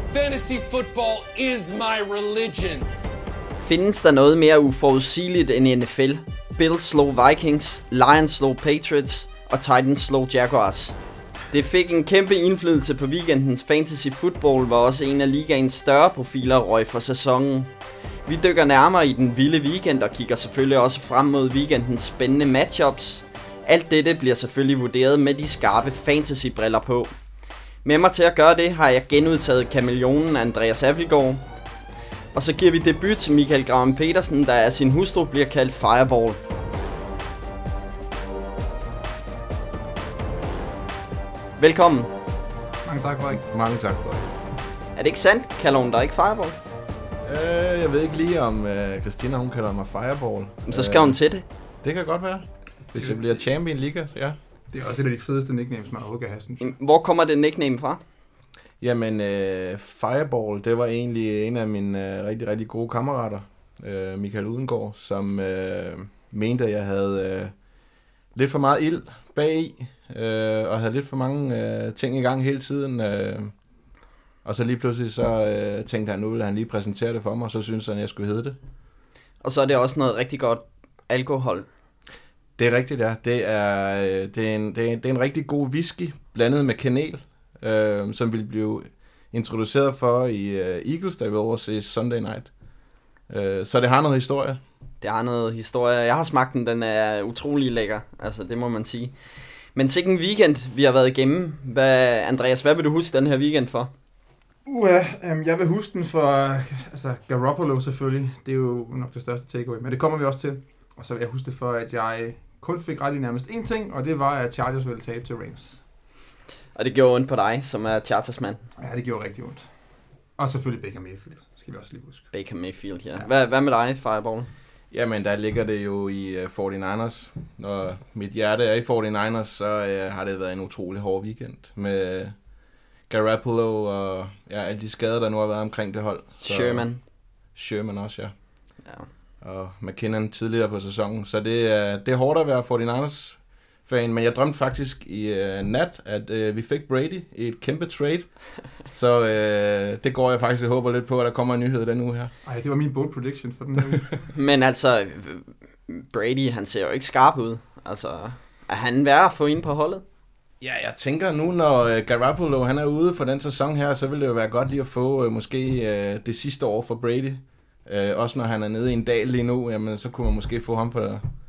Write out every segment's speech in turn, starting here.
Fantasy football is my religion. Findes der noget mere uforudsigeligt end NFL? Bills slog Vikings, Lions slog Patriots og Titans slog Jaguars. Det fik en kæmpe indflydelse på weekendens fantasy football, hvor også en af ligaens større profiler røg for sæsonen. Vi dykker nærmere i den vilde weekend og kigger selvfølgelig også frem mod weekendens spændende matchups. Alt dette bliver selvfølgelig vurderet med de skarpe fantasy-briller på. Med mig til at gøre det har jeg genudtaget kameleonen Andreas Appelgaard. Og så giver vi debut til Michael Graven Petersen, der af sin hustru bliver kaldt Fireball. Velkommen. Mange tak, Frederik. Mange tak, Frederik. Er det ikke sandt? Kalder hun dig ikke Fireball? Jeg ved ikke lige om Christina, hun kalder mig Fireball. Så skal hun til det. Det kan godt være. Hvis jeg bliver champion liga, så ja. Det er også et af de fedeste nicknames, man overhovedet kan have, synes jeg. Hvor kommer det nickname fra? Jamen, Fireball, det var egentlig en af mine rigtig, rigtig gode kammerater, Michael Udengård, som mente, at jeg havde lidt for meget ild bagi, og havde lidt for mange ting i gang hele tiden. Og så lige pludselig så tænkte han, nu ville han lige præsentere det for mig, og så synes han, at jeg skulle hedde det. Og så er det også noget rigtig godt alkohol. Det er rigtigt, ja. Det er en rigtig god whisky, blandet med kanel, som vil blive introduceret for i Eagles, der vil overse Sunday Night. Så det har noget historie. Det har noget historie. Jeg har smagt den, den er utrolig lækker. Altså, det må man sige. Men sikken weekend, vi har været igennem. Andreas, hvad vil du huske den her weekend for? Jeg vil huske den for Garoppolo selvfølgelig. Det er jo nok det største takeaway, men det kommer vi også til. Og så vil jeg huske det for, at jeg kun fik ret i nærmest én ting, og det var, at Chargers ville tabe til Rams. Og det gjorde ondt på dig, som er Chargers-mand. Ja, det gjorde rigtig ondt. Og selvfølgelig Baker Mayfield, skal vi også lige huske. Baker Mayfield, ja. Hvad med dig, Fireball? Jamen, der ligger det jo i 49ers. Når mit hjerte er i 49ers, så har det været en utrolig hård weekend med Garoppolo og alle de skader, der nu har været omkring det hold. Så Sherman også, ja. Og McKinnon tidligere på sæsonen. Så det er hårdt at være 49ers-fan, men jeg drømte faktisk i nat, at vi fik Brady i et kæmpe trade. Så det går jeg faktisk og håber lidt på, at der kommer en nyhed den uge her. Ej, det var min bold prediction for den her uge. Men altså, Brady, han ser jo ikke skarp ud. Altså, er han værd at få ind på holdet? Ja, jeg tænker nu, når Garoppolo han er ude for den sæson her, så vil det jo være godt lige at få måske det sidste år for Brady. Også når han er nede i en dal lige nu, jamen, så kunne man måske få ham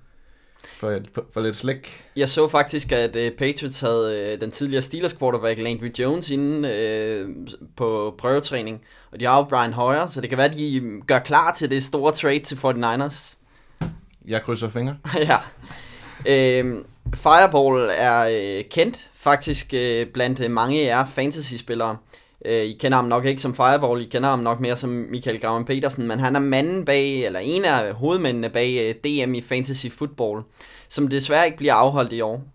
for lidt slæk. Jeg så faktisk, at Patriots havde den tidligere Steelers quarterback Landry Jones inde på prøvetræning. Og de har jo Brian Hoyer, så det kan være, at de gør klar til det store trade til 49ers. Jeg krydser fingre. Ja. Fireball er kendt faktisk blandt mange af jer fantasy-spillere. I kender ham nok ikke som Fireball, I kender ham nok mere som Michael Graven Petersen, men han er manden bag, eller en af hovedmændene bag DM i Fantasy Football, som desværre ikke bliver afholdt i år.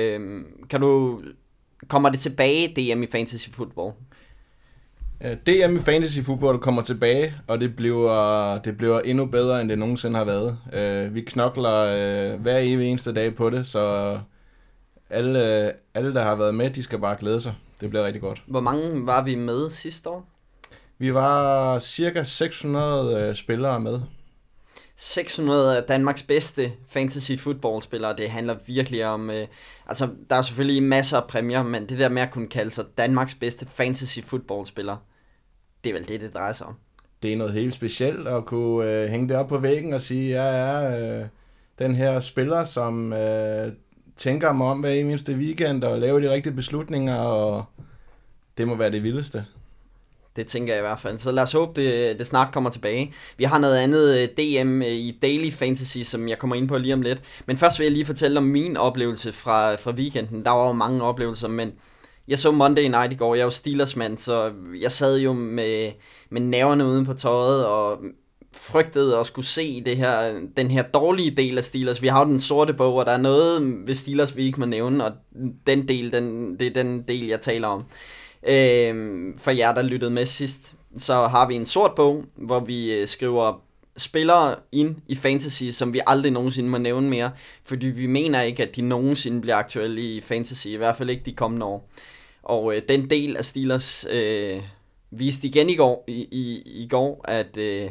Kommer det tilbage, DM i Fantasy Football? DM i Fantasy Football kommer tilbage, og det bliver endnu bedre, end det nogensinde har været. Vi knokler hver evig eneste dag på det, så alle, der har været med, de skal bare glæde sig. Det bliver rigtig godt. Hvor mange var vi med sidste år? Vi var cirka 600 spillere med. 600 af Danmarks bedste fantasy footballspillere. Det handler virkelig om... der er selvfølgelig masser af præmier, men det der med at kunne kalde sig Danmarks bedste fantasy footballspiller, det er vel det drejer sig om. Det er noget helt specielt at kunne hænge det op på væggen og sige, jeg er den her spiller, som... tænker mig om hver eneste weekend og laver de rigtige beslutninger, og det må være det vildeste. Det tænker jeg i hvert fald. Så lad os håbe, det snart kommer tilbage. Vi har noget andet DM i Daily Fantasy, som jeg kommer ind på lige om lidt. Men først vil jeg lige fortælle om min oplevelse fra weekenden. Der var jo mange oplevelser, men jeg så Monday Night i går. Jeg er jo Steelers-mand, så jeg sad jo med nerverne uden på tøjet og frygtede at skulle se den her dårlige del af Steelers. Vi har jo den sorte bog, og der er noget ved Steelers, vi ikke må nævne, og den del, det er den del, jeg taler om. For jer, der lyttede med sidst, så har vi en sort bog, hvor vi skriver spillere ind i fantasy, som vi aldrig nogensinde må nævne mere, fordi vi mener ikke, at de nogensinde bliver aktuelle i fantasy, i hvert fald ikke de kommende år. Og den del af Steelers viste igen i går at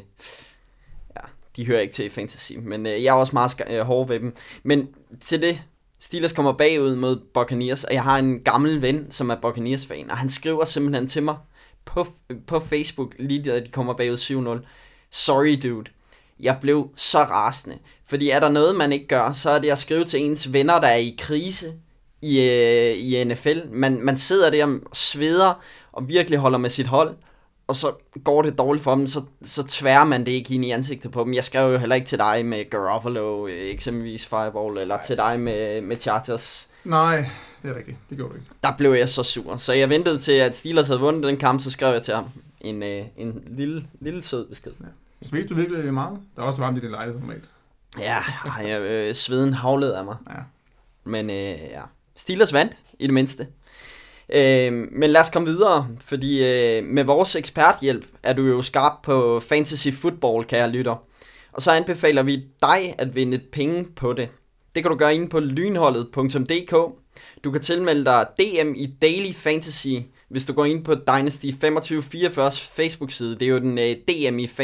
de hører ikke til fantasy, men jeg er også meget hård ved dem. Men til det, Steelers kommer bagud mod Buccaneers, og jeg har en gammel ven, som er Buccaneers-fan, og han skriver simpelthen til mig på Facebook, lige da de kommer bagud 7-0. Sorry dude, jeg blev så rasende. Fordi er der noget, man ikke gør, så er det at skrive til ens venner, der er i krise i NFL. Man sidder der og sveder og virkelig holder med sit hold, og så går det dårligt for dem, så tværer man det ikke ind i ansigtet på dem. Jeg skrev jo heller ikke til dig med Garoppolo, eksempelvis Fireball, eller til dig med Chargers. Nej, det er rigtigt. Det gjorde du ikke. Der blev jeg så sur. Så jeg ventede til, at Steelers havde vundet den kamp, så skrev jeg til ham en lille sød besked. Ja. Svedte du virkelig meget? Der er også varmt i din lejlighed normalt. Ja, sveden havlede af mig. Ja. Men Steelers vandt, i det mindste. Men lad os komme videre, fordi med vores eksperthjælp er du jo skarp på fantasy football, kære lytter. Og så anbefaler vi dig at vinde penge på det. Det kan du gøre inde på lynholdet.dk. Du kan tilmelde dig DM i Daily Fantasy, hvis du går ind på Dynasty 2544's Facebook-side. Det er jo den DM i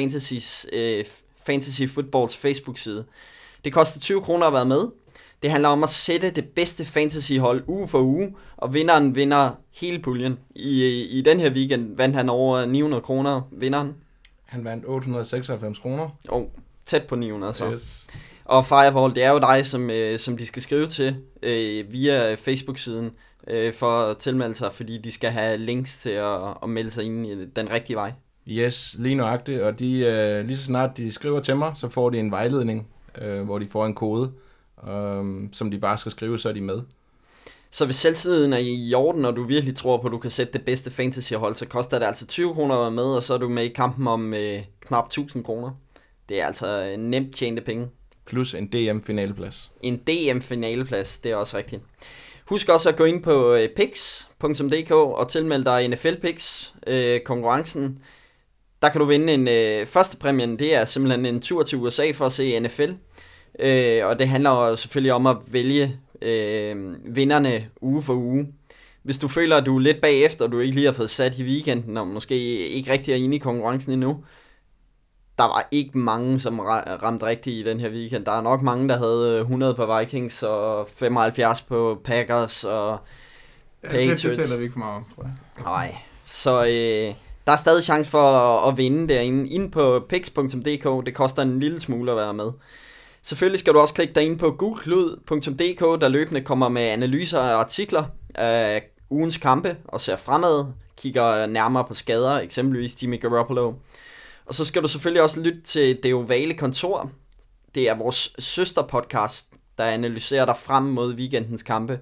Fantasy Footballs Facebook-side. Det koster 20 kroner at være med. Det handler om at sætte det bedste fantasyhold uge for uge, og vinderen vinder hele puljen. I den her weekend vandt han over 900 kroner, vinderen. Han vandt 896 kroner. Tæt på 900 så. Yes. Og Fireball, det er jo dig, som de skal skrive til via Facebook-siden for at tilmelde sig, fordi de skal have links til at melde sig ind i den rigtige vej. Yes, lige nøjagtigt, og de, lige så snart de skriver til mig, så får de en vejledning, hvor de får en kode, som de bare skal skrive, så er de med. Så hvis selvtiden er i orden, og du virkelig tror på, at du kan sætte det bedste fantasyhold, så koster det altså 20 kroner at være med, og så er du med i kampen om knap 1000 kroner. Det er altså nemt tjente penge. Plus en DM-finaleplads. En DM-finaleplads, det er også rigtigt. Husk også at gå ind på picks.dk og tilmelde dig NFL Picks konkurrencen. Der kan du vinde en første præmien, det er simpelthen en tur til USA for at se NFL. Og det handler selvfølgelig om at vælge vinderne uge for uge. Hvis du føler, at du er lidt bagefter, og du ikke lige har fået sat i weekenden, og måske ikke rigtig er inde i konkurrencen endnu, der var ikke mange, som ramte rigtigt i den her weekend. Der er nok mange, der havde 100 på Vikings, og 75 på Packers, og Patriots. Det taler vi ikke for meget om, tror jeg. Nej, så der er stadig chance for at vinde derinde. Inde på picks.dk, det koster en lille smule at være med. Selvfølgelig skal du også klikke dig ind på gulklud.dk, der løbende kommer med analyser og artikler af ugens kampe og ser fremad, kigger nærmere på skader, eksempelvis Jimmy Garoppolo. Og så skal du selvfølgelig også lytte til Det Ovale Kontor. Det er vores søsterpodcast, der analyserer dig frem mod weekendens kampe.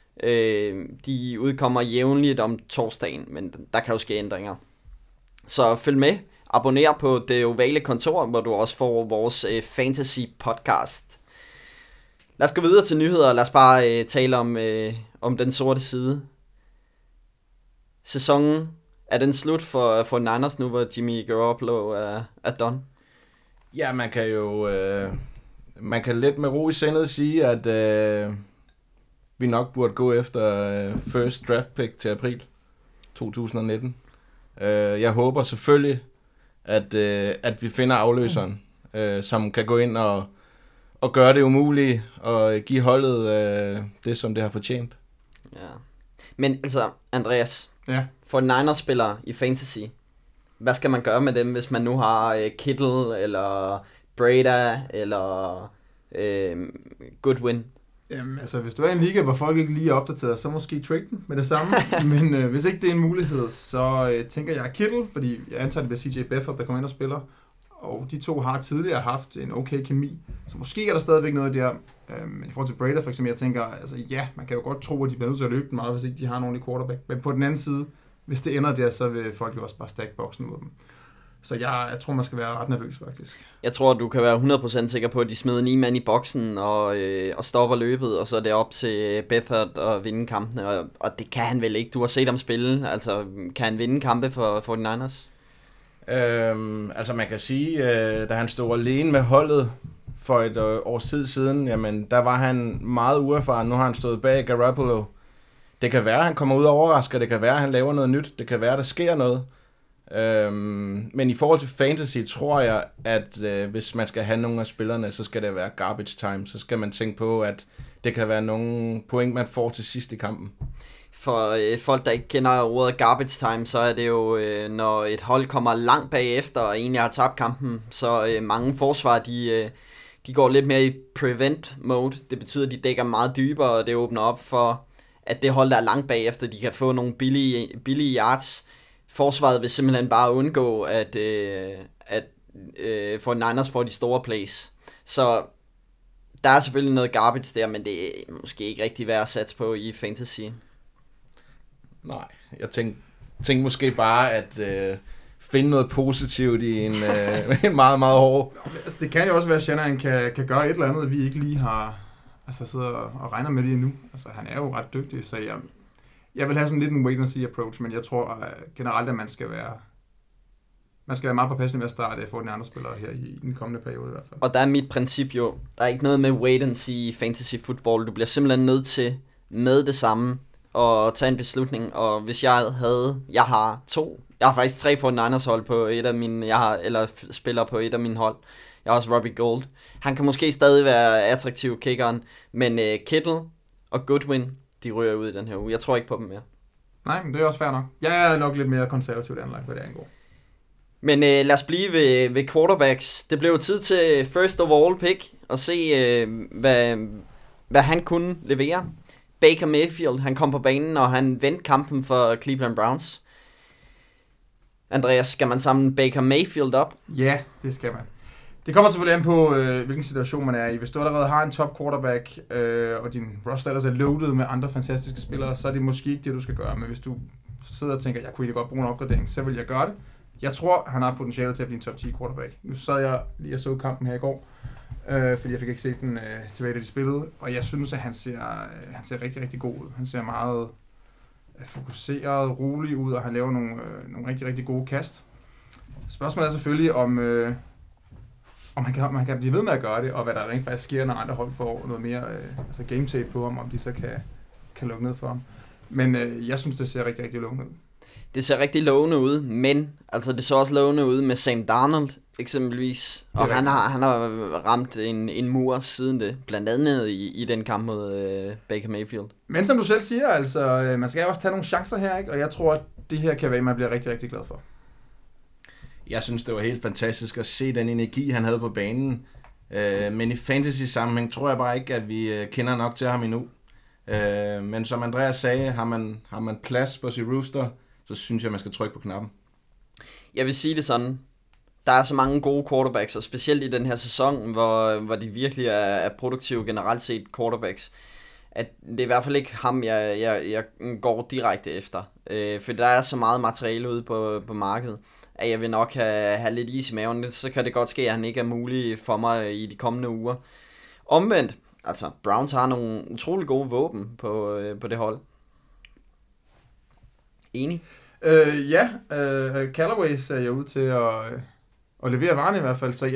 De udkommer jævnligt om torsdagen, men der kan jo ske ændringer. Så følg med. Abonner på Det Ovale Kontor, hvor du også får vores fantasy podcast. Lad os gå videre til nyheder. Lad os bare tale om den sorte side. Sæsonen, er den slut for Niners nu, hvor Jimmy Garoppolo er done? Ja, man kan jo man kan lidt med ro i sindet sige, at vi nok burde gå efter first draft pick til april 2019. Jeg håber selvfølgelig, at vi finder afløseren, som kan gå ind og gøre det umulige og give holdet det, som det har fortjent. Ja. Men altså, Andreas, for Niners-spillere i fantasy, hvad skal man gøre med dem, hvis man nu har Kittle eller Breda eller Goodwin? Jamen, altså, hvis du er i en liga, hvor folk ikke lige er opdateret, så måske trade den med det samme. Men hvis ikke det er en mulighed, så tænker jeg Kittle, fordi jeg antager, det bliver CJ Beathard, der kommer ind og spiller. Og de to har tidligere haft en okay kemi, så måske er der stadigvæk noget der. Men i forhold til Breda for eksempel, jeg tænker, altså ja, man kan jo godt tro, at de bliver nødt til at løbe den meget, hvis ikke de har en ordentlig quarterback. Men på den anden side, hvis det ender der, så vil folk jo også bare stack boksen ud af dem. Så jeg tror, man skal være ret nervøs, faktisk. Jeg tror, du kan være 100% sikker på, at de smider 9 mand i boksen og stopper løbet, og så er det op til Beathard at vinde kampene. Og det kan han vel ikke. Du har set ham spille. Altså, kan han vinde kampe for de Niners? Altså, man kan sige, da han stod alene med holdet for et års tid siden, jamen, der var han meget uerfaren. Nu har han stået bag Garoppolo. Det kan være, han kommer ud og overrasker. Det kan være, han laver noget nyt. Det kan være, der sker noget. Men i forhold til fantasy, tror jeg, at hvis man skal have nogle af spillerne, så skal det være garbage time. Så skal man tænke på, at det kan være nogle point, man får til sidst i kampen. For folk, der ikke kender ordet garbage time, så er det jo, når et hold kommer langt bagefter og egentlig har tabt kampen, så mange forsvar, de går lidt mere i prevent mode. Det betyder, at de dækker meget dybere, og det åbner op for, at det hold, der er langt bagefter, de kan få nogle billige yards. Forsvaret vil simpelthen bare undgå, at for Niners får de store plays. Så der er selvfølgelig noget garbage der, men det er måske ikke rigtig værd at satse på i fantasy. Nej, jeg tænkte måske bare at finde noget positivt i en meget, meget hård. Altså, det kan jo også være, at Shanahan kan gøre et eller andet, vi ikke lige har sidder og regner med det endnu. Altså, han er jo ret dygtig, så jeg vil have sådan lidt en wait-and-see approach, men jeg tror generelt, at man skal være meget påpasselig med at starte for de andre spillere her i den kommende periode i hvert fald. Og der er mit princip jo, der er ikke noget med wait-and-see i fantasy football. Du bliver simpelthen nødt til med det samme og tage en beslutning, og hvis jeg har faktisk 3 49ers hold på et af mine, eller spiller på et af mine hold. Jeg har også Robbie Gould. Han kan måske stadig være attraktiv kickeren, men Kittle og Goodwin, de ryger ud i den her uge. Jeg tror ikke på dem mere. Nej, men det er også fair nok. Jeg er nok lidt mere konservativt anlagt, hvad det angår. Men lad os blive ved quarterbacks. Det blev tid til first overall pick og se, hvad han kunne levere. Baker Mayfield, han kom på banen, og han vendte kampen for Cleveland Browns. Andreas, skal man samle Baker Mayfield op? Ja, det skal man. Det kommer selvfølgelig an på, hvilken situation man er i. Hvis du allerede har en top quarterback, og din roster er loaded med andre fantastiske spillere, så er det måske ikke det, du skal gøre. Men hvis du sidder og tænker, jeg kunne egentlig godt bruge en opgradering, så vil jeg gøre det. Jeg tror, han har potentiale til at blive en top 10 quarterback. Nu sad jeg lige og så kampen her i går, fordi jeg fik ikke set den tilbage, da de spillede. Og jeg synes, at han ser rigtig, rigtig god ud. Han ser meget fokuseret, rolig ud, og han laver nogle rigtig, rigtig gode kast. Spørgsmålet er selvfølgelig, om man kan blive ved med at gøre det, og hvad der rent faktisk sker, når andre hold får noget mere game tape på ham, om de så kan lukke ned for ham. Men jeg synes, det ser rigtig, rigtig lovende ud. Det ser rigtig lovende ud, men altså det så også lovende ud med Sam Darnold eksempelvis, og han har ramt en mur siden det, blandt andet i den kamp mod Baker Mayfield. Men som du selv siger, altså man skal også tage nogle chancer her, ikke? Og jeg tror, at det her kan være, man bliver rigtig, rigtig glad for. Jeg synes, det var helt fantastisk at se den energi, han havde på banen. Men i fantasy-sammenhæng tror jeg bare ikke, at vi kender nok til ham endnu. Men som Andreas sagde, har man plads på sit rooster, så synes jeg, man skal trykke på knappen. Jeg vil sige det sådan. Der er så mange gode quarterbacks, og specielt i den her sæson, hvor de virkelig er produktive generelt set quarterbacks, at det er i hvert fald ikke ham, jeg går direkte efter. For der er så meget materiale ude på markedet, at jeg vil nok have lidt is i maven. Så kan det godt ske, at han ikke er mulig for mig i de kommende uger. Omvendt, altså Browns har nogle utrolig gode våben på det hold. Enig? Callaway ser jo ud til at levere varen i hvert fald. Så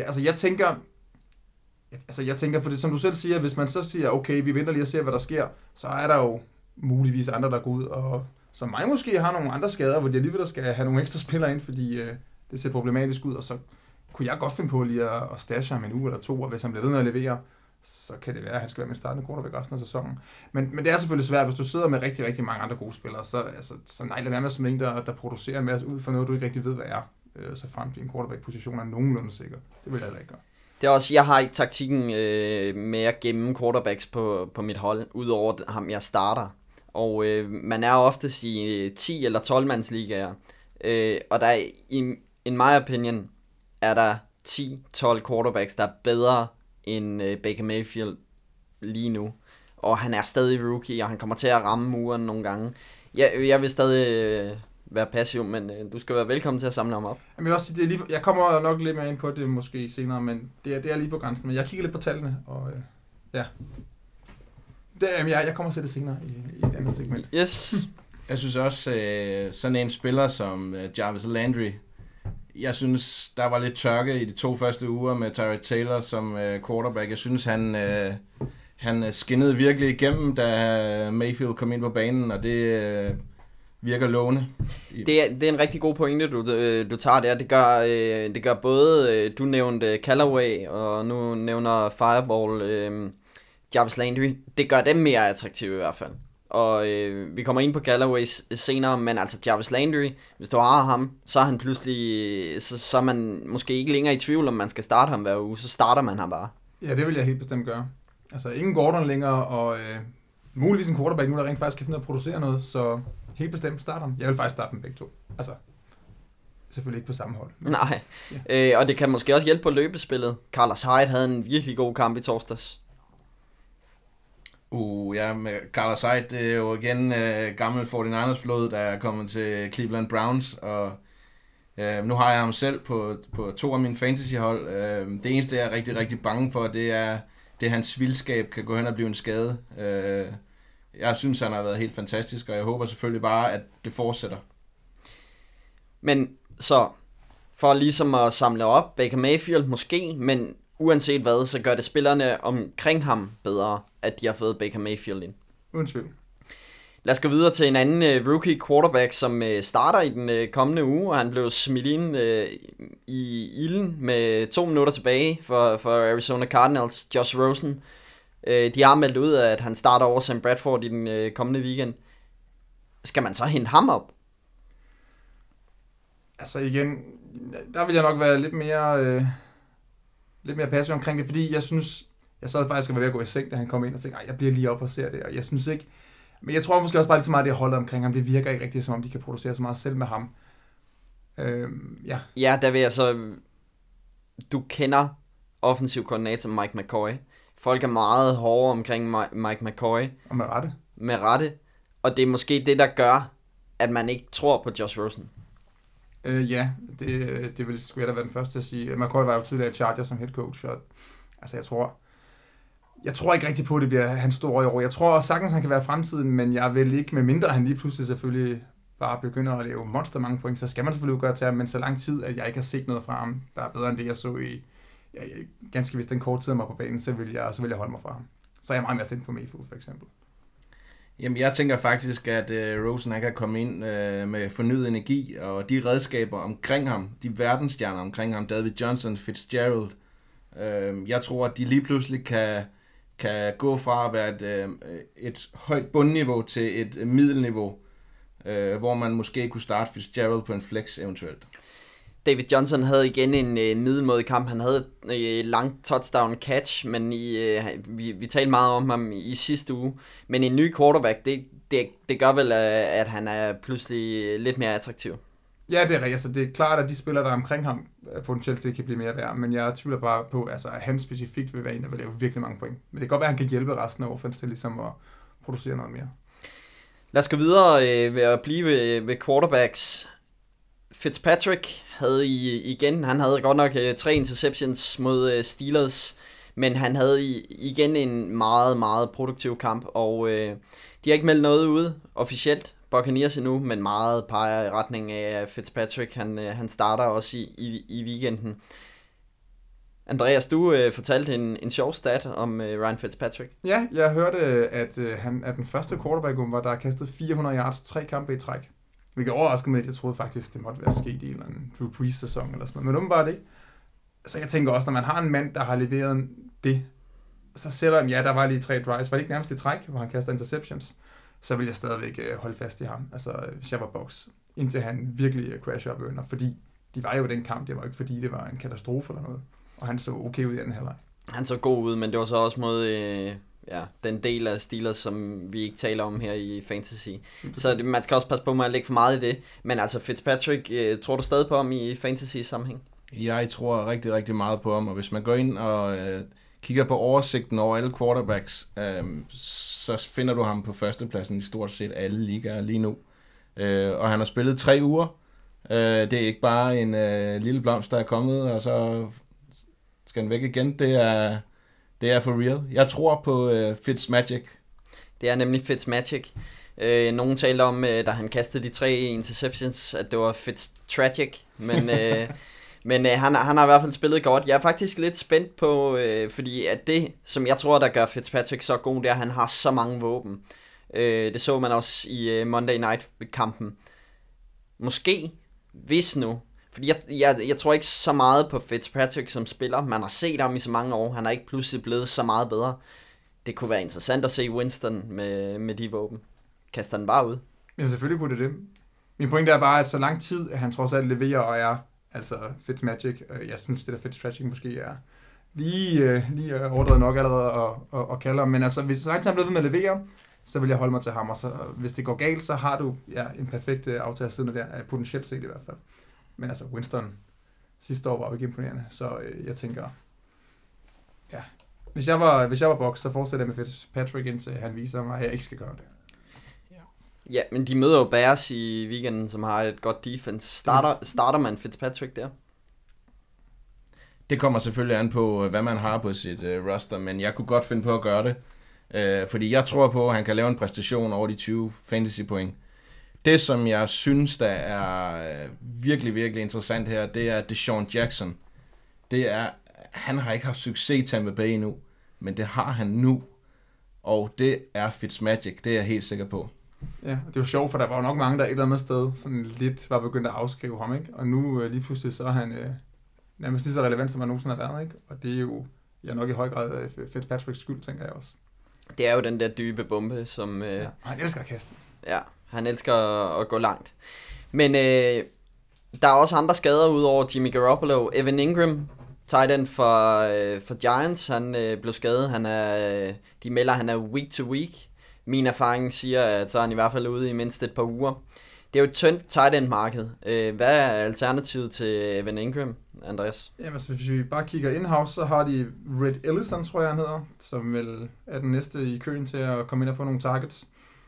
jeg tænker, for det, som du selv siger, hvis man så siger, okay, vi venter lige og ser, hvad der sker, så er der jo muligvis andre, der går ud, og som mig måske har nogle andre skader, hvor de alligevel skal have nogle ekstra spillere ind, fordi det ser problematisk ud, og så kunne jeg godt finde på lige at stashe ham en uge eller 2, og hvis han bliver ved med at levere, så kan det være, at han skal være med startende quarterback resten af sæsonen. Men det er selvfølgelig svært, hvis du sidder med rigtig, rigtig mange andre gode spillere, så nej, lad være med at smide der producerer en masse ud for noget, du ikke rigtig ved, hvad er. Så frem til en quarterback-position er nogenlunde sikker. Det vil jeg heller ikke gøre. Det er også, jeg har ikke taktikken med at gemme quarterbacks på mit hold, udover ham, jeg starter. Og man er oftest i 10 eller 12 mands ligaer. Og der er, in my opinion, er der 10-12 quarterbacks, der er bedre end Baker Mayfield lige nu. Og han er stadig rookie, og han kommer til at ramme muren nogle gange. Jeg vil stadig være passiv, men du skal være velkommen til at samle ham op. Jeg kommer nok lidt mere ind på det måske senere, men det er lige på grænsen. Men jeg kigger lidt på tallene, og ja. Jeg kommer til det senere i et andet segment. Yes. Jeg synes også, sådan en spiller som Jarvis Landry, jeg synes, der var lidt tørke i de 2 første uger med Tyrod Taylor som quarterback. Jeg synes, han skinnede virkelig igennem, da Mayfield kom ind på banen, og det virker lovende. Det er en rigtig god pointe, du tager der. Det gør både, du nævnte Callaway, og nu nævner Fireball, Jarvis Landry. Det gør dem mere attraktive i hvert fald. Og vi kommer ind på Callaway senere, men altså Jarvis Landry, hvis du har ham, så er han pludselig, så er man måske ikke længere i tvivl, om man skal starte ham hver uge, så starter man ham bare. Ja, det vil jeg helt bestemt gøre. Altså ingen Gordon længere, og muligvis en quarterback nu, der rent faktisk kan finde at producere noget, så helt bestemt starte ham. Jeg vil faktisk starte dem begge to. Altså, selvfølgelig ikke på samme hold. Men... Nej, ja. Og det kan måske også hjælpe på løbespillet. Carlos Hyde havde en virkelig god kamp i torsdags. Ja, med Carlos Hyde, det er jo igen gammel 49ers blod, der er kommet til Cleveland Browns, og nu har jeg ham selv på 2 af mine fantasyhold. Det eneste, jeg er rigtig, rigtig bange for, det er hans vildskab kan gå hen og blive en skade. Jeg synes, han har været helt fantastisk, og jeg håber selvfølgelig bare, at det fortsætter. Men så, for ligesom at samle op, Baker Mayfield måske, men uanset hvad, så gør det spillerne omkring ham bedre, at de har fået Baker Mayfield ind. Uden tvivl. Lad os gå videre til en anden rookie quarterback, som starter i den kommende uge, og han blev smidt ind i ilden med 2 minutter tilbage for Arizona Cardinals, Josh Rosen. De har meldt ud af, at han starter over Sam Bradford i den kommende weekend. Skal man så hente ham op? Altså igen, der vil jeg nok være lidt mere passiv omkring det, fordi jeg synes, jeg sad faktisk og var ved at gå i seng, da han kom ind og tænkte, jeg bliver lige op og ser det, og jeg synes ikke, men jeg tror måske også bare lidt så meget, det holdet omkring ham, det virker ikke rigtigt, som om de kan producere så meget selv med ham. Ja. Ja, der vil jeg så, du kender offensiv koordinator Mike McCoy. Folk er meget hårde omkring Mike McCoy. Og med rette. Med rette. Og det er måske det, der gør, at man ikke tror på Josh Rosen. Ja, det vil sgu jeg da være den første til at sige. McCoy var jo tidligere i Chargers som head coach, og altså jeg tror ikke rigtig på, at det bliver hans store år. Jeg tror sagtens, han kan være fremtiden, men jeg vil ikke, med mindre han lige pludselig selvfølgelig bare begynder at lave monster mange point, så skal man selvfølgelig gøre til ham, men så lang tid, at jeg ikke har set noget fra ham, der er bedre end det, jeg så i ganske vist den kort tid, mig på banen, så vil jeg holde mig fra ham. Så er jeg meget mere tændt på Mayfield, for eksempel. Jamen, jeg tænker faktisk, at Rosen kan komme ind med fornyet energi, og de redskaber omkring ham, de verdensstjerner omkring ham, David Johnson, Fitzgerald, jeg tror, at de lige pludselig kan gå fra at være et højt bundniveau til et middelniveau, hvor man måske kunne starte Fitzgerald på en flex eventuelt. David Johnson havde igen en middelmådig kamp. Han havde et langt touchdown catch, men vi talte meget om ham i sidste uge. Men en ny quarterback, det gør vel, at han er pludselig lidt mere attraktiv. Ja, det er rigtigt. Altså, det er klart, at de spillere, der er omkring ham, potentielt kan blive mere værd. Men jeg tvivler bare på, at han specifikt vil være en, der vil lave virkelig mange point. Men det kan godt være, at han kan hjælpe resten af offense til ligesom at producere noget mere. Lad os gå videre ved at blive ved quarterbacks. Fitzpatrick havde han havde godt nok 3 interceptions mod Steelers, men han havde igen en meget, meget produktiv kamp, og de har ikke meldt noget ud officielt, Buccaneers endnu, men meget peger i retning af Fitzpatrick, han starter også i weekenden. Andreas, du fortalte en sjov stat om Ryan Fitzpatrick. Ja, jeg hørte, at han er den første quarterback, der har kastet 400 yards 3 kampe i træk. Hvilket overraskede mig, at jeg troede faktisk, det måtte være sket i en eller anden Drew Brees-sæson eller sådan noget. Men åbenbart ikke. Så jeg tænker også, når man har en mand, der har leveret det, så selvom der var lige 3 drives, var det ikke nærmest i træk, hvor han kaster interceptions, så vil jeg stadigvæk holde fast i ham. Altså, hvis jeg var Bucs, indtil han virkelig crasher op under, fordi de var jo den kamp, det var ikke fordi, det var en katastrofe eller noget. Og han så okay ud i anden halvleg. Han så god ud, men det var så også mod den del af Steelers, som vi ikke taler om her i Fantasy. Så man skal også passe på med at lægge for meget i det. Men altså Fitzpatrick, tror du stadig på ham i Fantasy-sammenhæng? Jeg tror rigtig, rigtig meget på ham, og hvis man går ind og kigger på oversigten over alle quarterbacks, så finder du ham på førstepladsen i stort set alle ligaer lige nu. Og han har spillet 3 uger. Det er ikke bare en lille blomst, der er kommet, og så skal han væk igen. Det er for real. Jeg tror på Fitzmagic. Det er nemlig Fitzmagic. Nogen talte om, da han kastede de 3 interceptions, at det var Fitztragic, men han har i hvert fald spillet godt. Jeg er faktisk lidt spændt på, fordi at det, som jeg tror, der gør Fitzpatrick så god, det er, at han har så mange våben. Det så man også i Monday Night-kampen. Måske, hvis nu. Fordi jeg tror ikke så meget på Fitzpatrick som spiller. Man har set ham i så mange år. Han er ikke pludselig blevet så meget bedre. Det kunne være interessant at se Winston med de våben. Kaster den bare ud. Ja, selvfølgelig kunne det. Min pointe er bare, at så lang tid, at han trods alt leverer og er altså Fitzmagic. Jeg synes, det der Fitzpatrick måske er lige overdrevet nok allerede at kalde ham. Men altså, hvis så lang tid han bliver ved med at levere, så vil jeg holde mig til ham. Og så, hvis det går galt, så har du en perfekt aftale siden der, potentielt set i hvert fald. Men altså, Winston sidste år var jo ikke imponerende, så jeg tænker, ja. Hvis jeg var boks, så fortsætter jeg med Fitzpatrick, indtil han viser mig, at jeg ikke skal gøre det. Ja, men de møder jo Bears i weekenden, som har et godt defense. Starter man Fitzpatrick der? Det kommer selvfølgelig an på, hvad man har på sit roster, men jeg kunne godt finde på at gøre det. Fordi jeg tror på, at han kan lave en præstation over de 20 fantasy point. Det, som jeg synes, der er virkelig, virkelig interessant her, det er DeSean Jackson. Han har ikke haft succes i Tampa Bay endnu, men det har han nu. Og det er Fitzmagic, det er jeg helt sikker på. Ja, det er jo sjovt, for der var jo nok mange, der et eller andet sted sådan lidt var begyndt at afskrive ham, ikke? Og nu lige pludselig så er han nærmest lige så relevant, som han nogensinde har været, ikke? Og det er jo nok i høj grad Fitzpatricks skyld, tænker jeg også. Det er jo den der dybe bombe, som... Ja, han elsker at kaste. Ja, han elsker at gå langt. Men der er også andre skader udover Jimmy Garoppolo. Evan Ingram, tight end for Giants, han blev skadet. De melder, han er week to week. Min erfaring siger, at så er han i hvert fald ude i mindst et par uger. Det er jo et tyndt tight end marked. Hvad er alternativet til Evan Ingram, Andreas? Jamen, altså, hvis vi bare kigger in-house, så har de Red Ellison, tror jeg han hedder, som vel er den næste i køen til at komme ind og få nogle targets.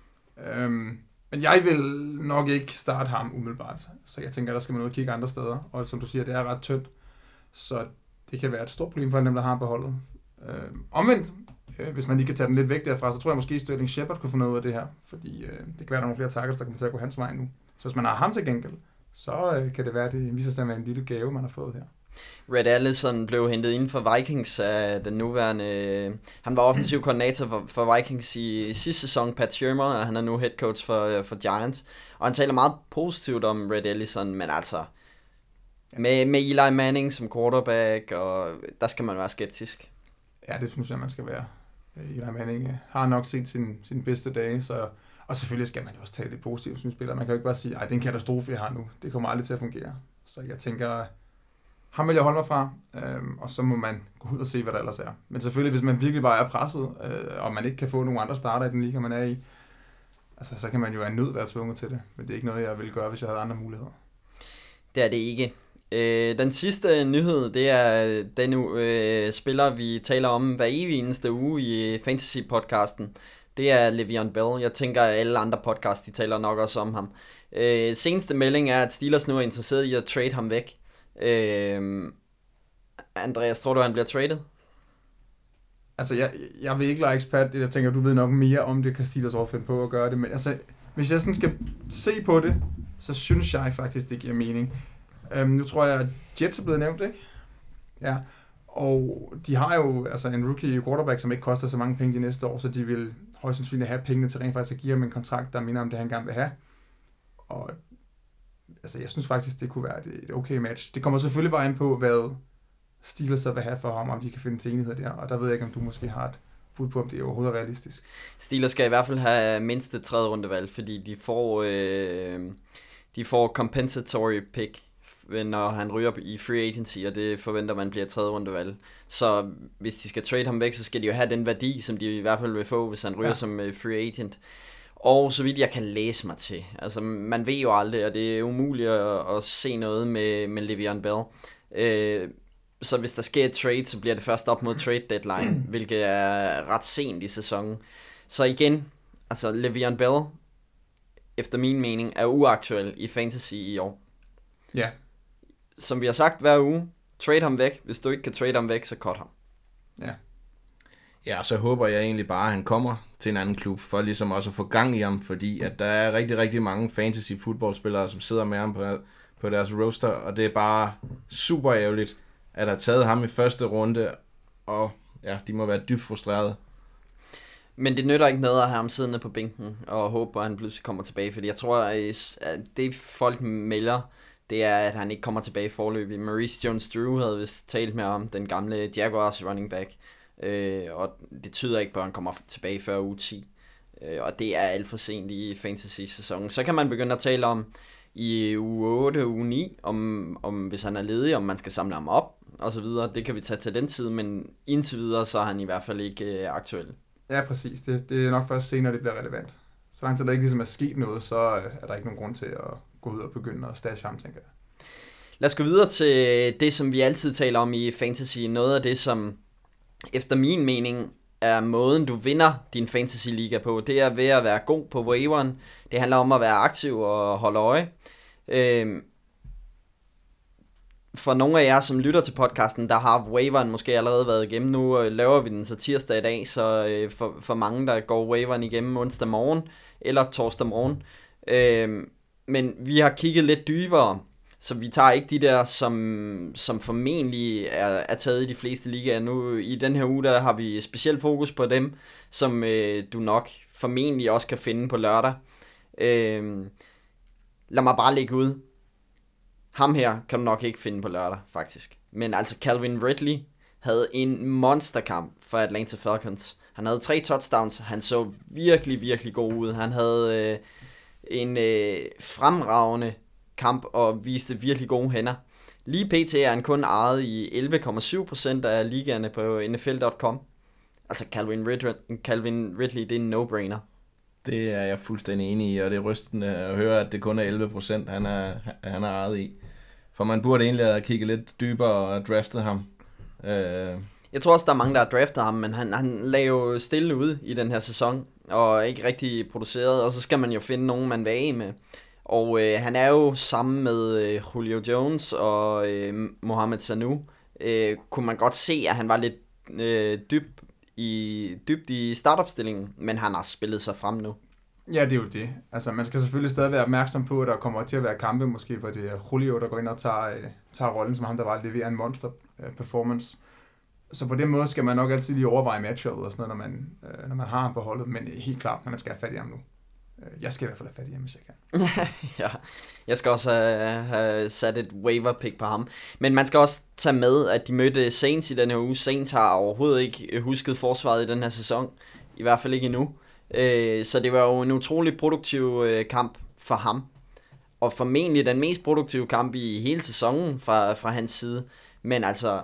Men jeg vil nok ikke starte ham umiddelbart, så jeg tænker, der skal man ud og kigge andre steder. Og som du siger, det er ret tyndt, så det kan være et stort problem for dem, der har på holdet. Omvendt, hvis man lige kan tage den lidt væk derfra, så tror jeg måske, Sterling Shepard kunne få noget af det her, fordi det kan være, der er nogle flere targets, der kommer til at gå hans vej nu. Så hvis man har ham til gengæld, så kan det være, det viser sig at være en lille gave, man har fået her. Red Allison blev hentet inden for Vikings af den nuværende... Han var offensiv koordinator for Vikings i sidste sæson, Pat Shurmur, og han er nu head coach for Giants. Og han taler meget positivt om Red Allison, men altså med Eli Manning som quarterback, og der skal man være skeptisk. Ja, det synes jeg, man skal være. Eli Manning har nok set sin bedste dage, så... Og selvfølgelig skal man jo også tage det positivt som spiller. Man kan jo ikke bare sige, det er en katastrofe, jeg har nu. Det kommer aldrig til at fungere. Så jeg tænker, ham vil jeg holde mig fra, og så må man gå ud og se, hvad der ellers er. Men selvfølgelig, hvis man virkelig bare er presset, og man ikke kan få nogen andre starter i den liga, man er i, altså, så kan man jo af nød være tvunget til det. Men det er ikke noget, jeg ville gøre, hvis jeg havde andre muligheder. Det er det ikke. Den sidste nyhed, det er den spiller, vi taler om hver evig eneste uge i Fantasy-podcasten. Det er Le'Veon Bell. Jeg tænker, at alle andre podcasts, de taler nok også om ham. Seneste melding er, at Steelers nu er interesseret i at trade ham væk. Andreas, tror du, han bliver traded? Altså, jeg vil ikke lade ekspert. Jeg tænker, du ved nok mere om det, kan Steelers overfinde på at gøre det. Men altså, hvis jeg sådan skal se på det, så synes jeg faktisk, det giver mening. Nu tror jeg, at Jets er blevet nævnt, ikke? Ja. Og de har jo altså en rookie quarterback, som ikke koster så mange penge de næste år, så de vil højst sandsynligt have pengene til rent faktisk at give ham en kontrakt, der minder om det, han gerne vil have. Og altså, jeg synes faktisk, det kunne være et okay match. Det kommer selvfølgelig bare an på, hvad Steelers så vil have for ham, om de kan finde til enighed der. Og der ved jeg ikke, om du måske har et bud på, om det er overhovedet realistisk. Steelers skal i hvert fald have mindst et 3. rundevalg, fordi de får compensatory pick, når han ryger i free agency, og det forventer man bliver 3. rundevalg. Så hvis de skal trade ham væk, så skal de jo have den værdi, som de i hvert fald vil få, hvis han ryger som free agent. Og så vidt jeg kan læse mig til. Altså, man ved jo aldrig, og det er umuligt at se noget med Le'Veon Bell. Så hvis der sker et trade, så bliver det først op mod trade deadline, hvilket er ret sent i sæsonen. Så igen, altså Le'Veon Bell, efter min mening, er uaktuel i fantasy i år. Ja. Som vi har sagt hver uge, trade ham væk. Hvis du ikke kan trade ham væk, så cut ham. Ja. Ja, så håber jeg egentlig bare, at han kommer til en anden klub, for ligesom også at få gang i ham, fordi at der er rigtig, rigtig mange fantasy fodboldspillere, som sidder med ham på deres roster, og det er bare super ærgerligt, at have taget ham i første runde, og ja, de må være dybt frustrerede. Men det nytter ikke noget at have ham siddende på bænken og håbe på, at han pludselig kommer tilbage, fordi jeg tror, at det folk melder, det er, at han ikke kommer tilbage forløbig. Maurice Jones-Drew havde vist talt med om den gamle Jaguars running back, og det tyder ikke på, at han kommer tilbage før uge 10. Og det er alt for sent i fantasy-sæsonen. Så kan man begynde at tale om i uge 8, uge 9, om hvis han er ledig, om man skal samle ham op, og så videre. Det kan vi tage til den tid, men indtil videre, så er han i hvert fald ikke aktuel. Ja, præcis. Det er nok først senere, det bliver relevant. Så langt til der ikke ligesom er sket noget, så er der ikke nogen grund til at gå ud og begynde at stashe ham, tænker jeg. Lad os gå videre til det, som vi altid taler om i fantasy. Noget af det, som efter min mening er måden, du vinder din fantasy-liga på. Det er ved at være god på waveren. Det handler om at være aktiv og holde øje. For nogle af jer, som lytter til podcasten, der har waveren måske allerede været igennem. Nu laver vi den så tirsdag i dag, så for mange, der går waveren igennem onsdag morgen eller torsdag morgen. Men vi har kigget lidt dybere, så vi tager ikke de der, som formentlig er taget i de fleste ligaer. Nu i den her uge, der har vi specielt fokus på dem, som du nok formentlig også kan finde på lørdag. Lad mig bare lægge ud. Ham her kan du nok ikke finde på lørdag, faktisk. Men altså Calvin Ridley havde en monsterkamp for Atlanta Falcons. Han havde 3 touchdowns. Han så virkelig, virkelig god ud. Han havde en fremragende kamp og viste virkelig gode hænder. Lige pt. Er han kun ejet i 11,7% af ligaerne på NFL.com. Altså Calvin Ridley, det er en no-brainer. Det er jeg fuldstændig enig i, og det er rystende at høre, at det kun er 11%, han er ejet i. For man burde egentlig have kigget lidt dybere og draftet ham. Jeg tror også, der er mange, der har draftet ham, men han lagde jo stille ud i den her sæson, og ikke rigtig produceret, og så skal man jo finde nogen, man vil af med. Og han er jo sammen med Julio Jones og Mohamed Sanu. Kunne man godt se, at han var lidt dybt i startopstillingen, men han har spillet sig frem nu. Ja, det er jo det. Altså, man skal selvfølgelig stadig være opmærksom på, at der kommer til at være kampe, måske hvor det er Julio, der går ind og tager rollen som ham, der var at levere en monster performance. Så på den måde skal man nok altid lige overveje matchuppet og sådan noget, når man har ham på holdet, men helt klart, når man skal have fat i ham nu. Jeg skal i hvert fald have fat i ham, hvis jeg kan. Ja, jeg skal også have sat et waiver pick på ham. Men man skal også tage med, at de mødte Saints i den her uge. Saints har overhovedet ikke husket forsvaret i den her sæson. I hvert fald ikke endnu. Så det var jo en utrolig produktiv kamp for ham. Og formentlig den mest produktive kamp i hele sæsonen fra hans side. Men altså,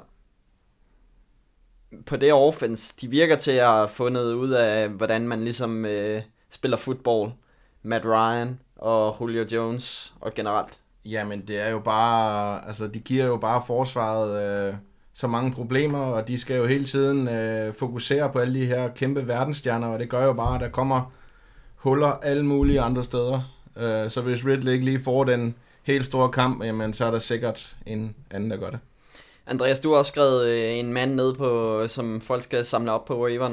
på det offense, de virker til at have fundet ud af, hvordan man ligesom spiller fodbold. Matt Ryan og Julio Jones og generelt. Jamen det er jo bare, altså de giver jo bare forsvaret så mange problemer, og de skal jo hele tiden fokusere på alle de her kæmpe verdensstjerner, og det gør jo bare, at der kommer huller alle mulige andre steder. Så hvis Ridley ikke lige får den helt store kamp, jamen så er der sikkert en anden, der gør det. Andreas, du har også skrevet en mand ned på, som folk skal samle op på waiveren.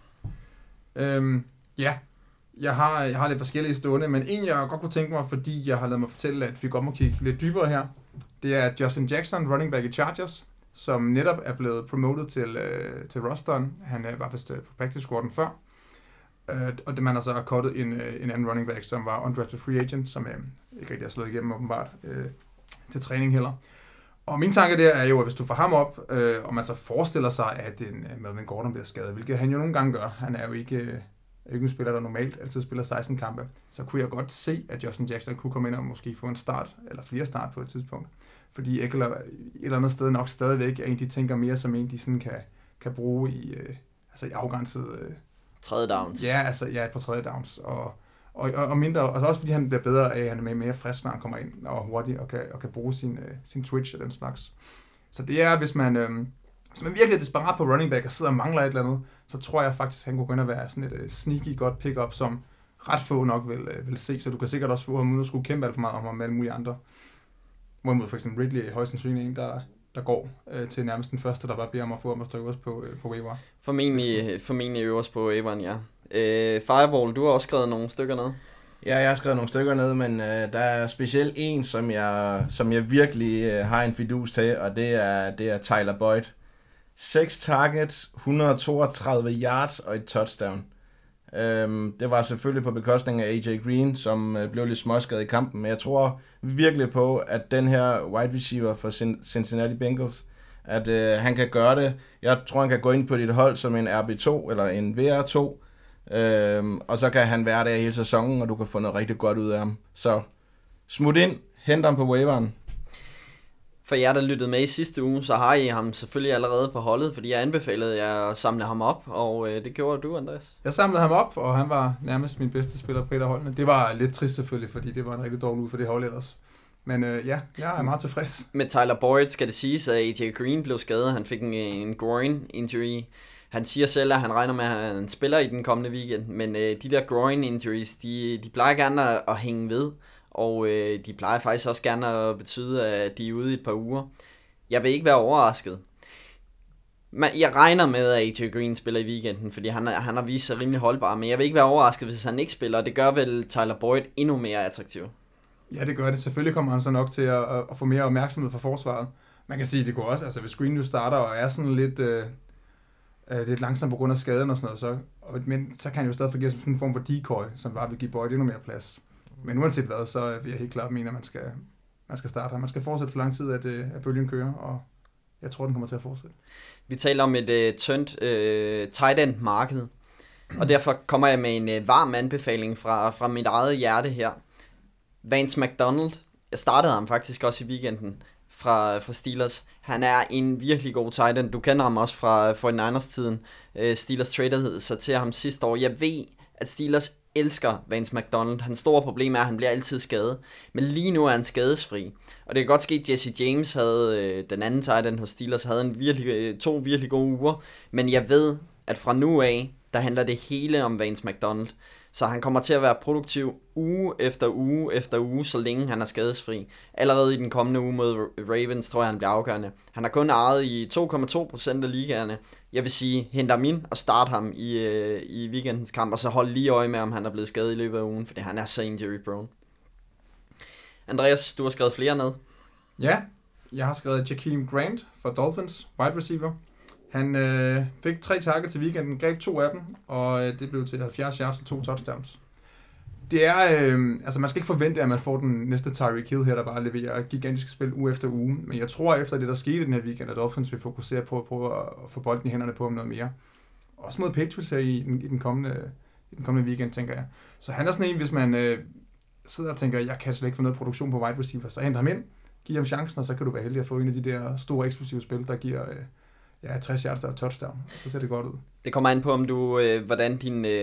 Ja. Jeg har lidt forskellige stående, men en jeg godt kunne tænke mig, fordi jeg har ladet mig fortælle, at vi godt må kigge lidt dybere her, det er Justin Jackson, running back i Chargers, som netop er blevet promoted til rosteren. Han var vist på practice squaden før. Og det man altså har cuttet en anden running back, som var undrafted free agent, som ikke rigtig har slået igennem åbenbart til træning heller. Og min tanke der er jo, at hvis du får ham op, og man så forestiller sig, at Melvin Gordon bliver skadet, hvilket han jo nogle gange gør, han er jo ikke en spiller, der normalt altid spiller 16 kampe, så kunne jeg godt se, at Justin Jackson kunne komme ind og måske få en start, eller flere start på et tidspunkt. Fordi Eckler et eller andet sted nok stadigvæk er en, de tænker mere som en, de sådan kan bruge i afgrænset tredje downs. Ja, altså på tredje downs. Og mindre, altså også fordi han bliver bedre af, at han er mere frisk, når han kommer ind og hurtigt, og kan bruge sin twitch og den slags. Så det er, hvis man virkelig er desperat på running back og sidder og mangler et eller andet, så tror jeg faktisk, at han kunne gå ind og være sådan et sneaky godt pick-up, som ret få nok vil se. Så du kan sikkert også få ham uden at skulle kæmpe alt for meget om ham med alle mulige andre. Hvorimod for eksempel Ridley er højst sandsynligt en, der går til nærmest den første, der bare beder om at få ham at stå øverst på waiver. Formentlig øverst på waiveren, ja. Fireball, du har også skrevet nogle stykker ned. Ja, jeg har skrevet nogle stykker ned, men der er specielt en, som jeg virkelig har en fidus til, og det er Tyler Boyd. 6 targets, 132 yards og et touchdown. Det var selvfølgelig på bekostning af AJ Green, som blev lidt småskadet i kampen, men jeg tror virkelig på, at den her wide receiver for Cincinnati Bengals, at han kan gøre det. Jeg tror, han kan gå ind på dit hold som en RB2 eller en VR2, og så kan han være der hele sæsonen, og du kan få noget rigtig godt ud af ham. Så smut ind, hent ham på waiveren. For jer, der lyttede med i sidste uge, så har I ham selvfølgelig allerede på holdet, fordi jeg anbefalede jer at samle ham op, og det gjorde du, Andreas. Jeg samlede ham op, og han var nærmest min bedste spiller på et af holdene. Det var lidt trist selvfølgelig, fordi det var en rigtig dårlig ud for det hold ellers. Men ja, jeg er meget tilfreds. Med Tyler Boyd skal det siges, at AJ Green blev skadet. Han fik en groin injury. Han siger selv, at han regner med, at han spiller i den kommende weekend, men de der groin injuries, de plejer gerne at hænge ved. Og de plejer faktisk også gerne at betyde, at de er ude i et par uger. Jeg vil ikke være overrasket. Jeg regner med, at AJ Green spiller i weekenden, fordi han har vist sig rimelig holdbar. Men jeg vil ikke være overrasket, hvis han ikke spiller. Og det gør vel Tyler Boyd endnu mere attraktiv. Ja, det gør det. Selvfølgelig kommer han så nok til at få mere opmærksomhed fra forsvaret. Man kan sige, at det kunne også, altså hvis Green nu starter og er sådan lidt langsom på grund af skaden og sådan noget, men så kan han jo stadig fungere som sådan en form for decoy, som bare vil give Boyd endnu mere plads. Men uanset hvad, så vil jeg helt klart mene, at man skal starte her. Man skal fortsætte så lang tid, at bølgen kører, og jeg tror, den kommer til at fortsætte. Vi taler om et tyndt tight end marked, og derfor kommer jeg med en varm anbefaling fra mit eget hjerte her. Vance McDonald. Jeg startede ham faktisk også i weekenden fra Steelers. Han er en virkelig god tight end. Du kender ham også fra 49ers-tiden. Steelers traded sig til ham sidste år. Jeg ved, at Steelers elsker Vance McDonald. Hans store problem er, at han bliver altid skadet. Men lige nu er han skadesfri. Og det kan godt ske, at Jesse James havde, den anden tight end hos Steelers, havde to virkelig gode uger. Men jeg ved, at fra nu af, der handler det hele om Vance McDonald. Så han kommer til at være produktiv uge efter uge efter uge, så længe han er skadesfri. Allerede i den kommende uge mod Ravens, tror jeg, han bliver afgørende. Han har kun ejet i 2,2% af ligaerne. Jeg vil sige, hent ham ind og start ham i weekendens kamp, og så hold lige øje med, om han er blevet skadet i løbet af ugen, fordi han er så injury prone. Andreas, du har skrevet flere ned. Ja, jeg har skrevet Jakeem Grant for Dolphins, wide receiver. Han fik 3 tackles til weekenden, greb 2 af dem, og det blev til 70 yards og 2 touchdowns. Det er, altså man skal ikke forvente, at man får den næste Tyreek Hill her, der bare leverer gigantiske spil uge efter uge. Men jeg tror, efter det, der skete den her weekend, at Dolphins vil fokusere på at få bolden i hænderne på ham noget mere. Også mod Patriots her i den kommende weekend, tænker jeg. Så han er sådan en, hvis man sidder og tænker, jeg kan slet ikke få noget produktion på wide receiver, så hent ham ind, giv ham chancen, og så kan du være heldig at få en af de der store eksplosive spil, der giver 60 yards og touchdown, så ser det godt ud. Det kommer an på, om du, hvordan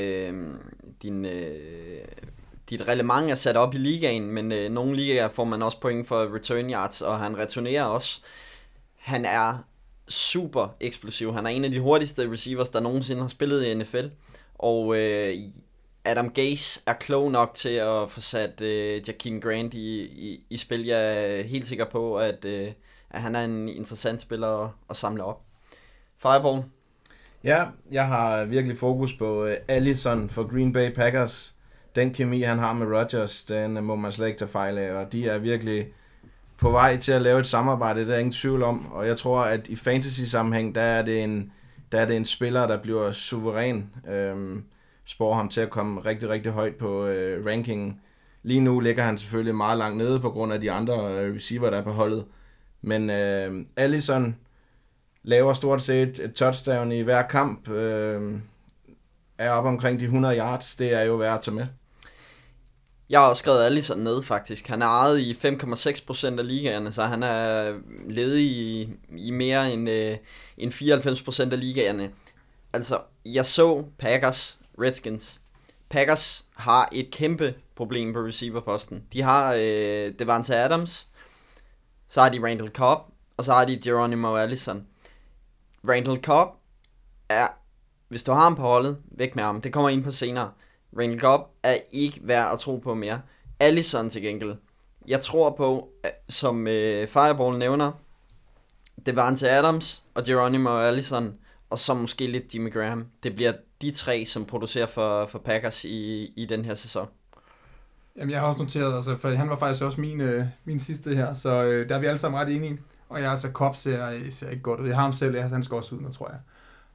dit reglement er sat op i ligaen, men nogle ligaer får man også point for return yards, og han returnerer også. Han er super eksplosiv. Han er en af de hurtigste receivers, der nogensinde har spillet i NFL, og Adam Gase er klog nok til at få sat Jakeem Grant i spil. Jeg er helt sikker på, at han er en interessant spiller at samle op. Fireball. Ja, jeg har virkelig fokus på Allison for Green Bay Packers. Den kemi, han har med Rodgers, den må man slet ikke tage fejl af, og de er virkelig på vej til at lave et samarbejde, det er ingen tvivl om, og jeg tror, at i fantasy-sammenhæng, der er det en spiller, der bliver suveræn, spår ham til at komme rigtig, rigtig højt på rankingen. Lige nu ligger han selvfølgelig meget langt nede på grund af de andre receiver, der er på holdet, men Allison laver stort set et touchdown i hver kamp, er op omkring de 100 yards, det er jo værd at tage med. Jeg har også skrevet Allison ned faktisk. Han er ejet i 5,6% af ligaerne, så han er ledig i mere end 94% af ligaerne. Altså, jeg så Redskins. Packers har et kæmpe problem på receiverposten. De har Devante Adams, så har de Randall Cobb, og så har de Geronimo Allison. Randall Cobb er, hvis du har ham på holdet, væk med ham. Det kommer ind på senere. Randall Cobb er ikke værd at tro på mere. Allison til gengæld. Jeg tror på, som Fireball nævner, Devante Adams og Geronimo Allison, og så måske lidt Jimmy Graham. Det bliver de 3, som producerer for Packers i den her sæson. Jamen, jeg har også noteret, altså, for han var faktisk også min sidste her, så der er vi alle sammen ret enige. Og jeg altså, Cobb ser ikke godt ud. Jeg har ham selv, han skal også ud nu, tror jeg.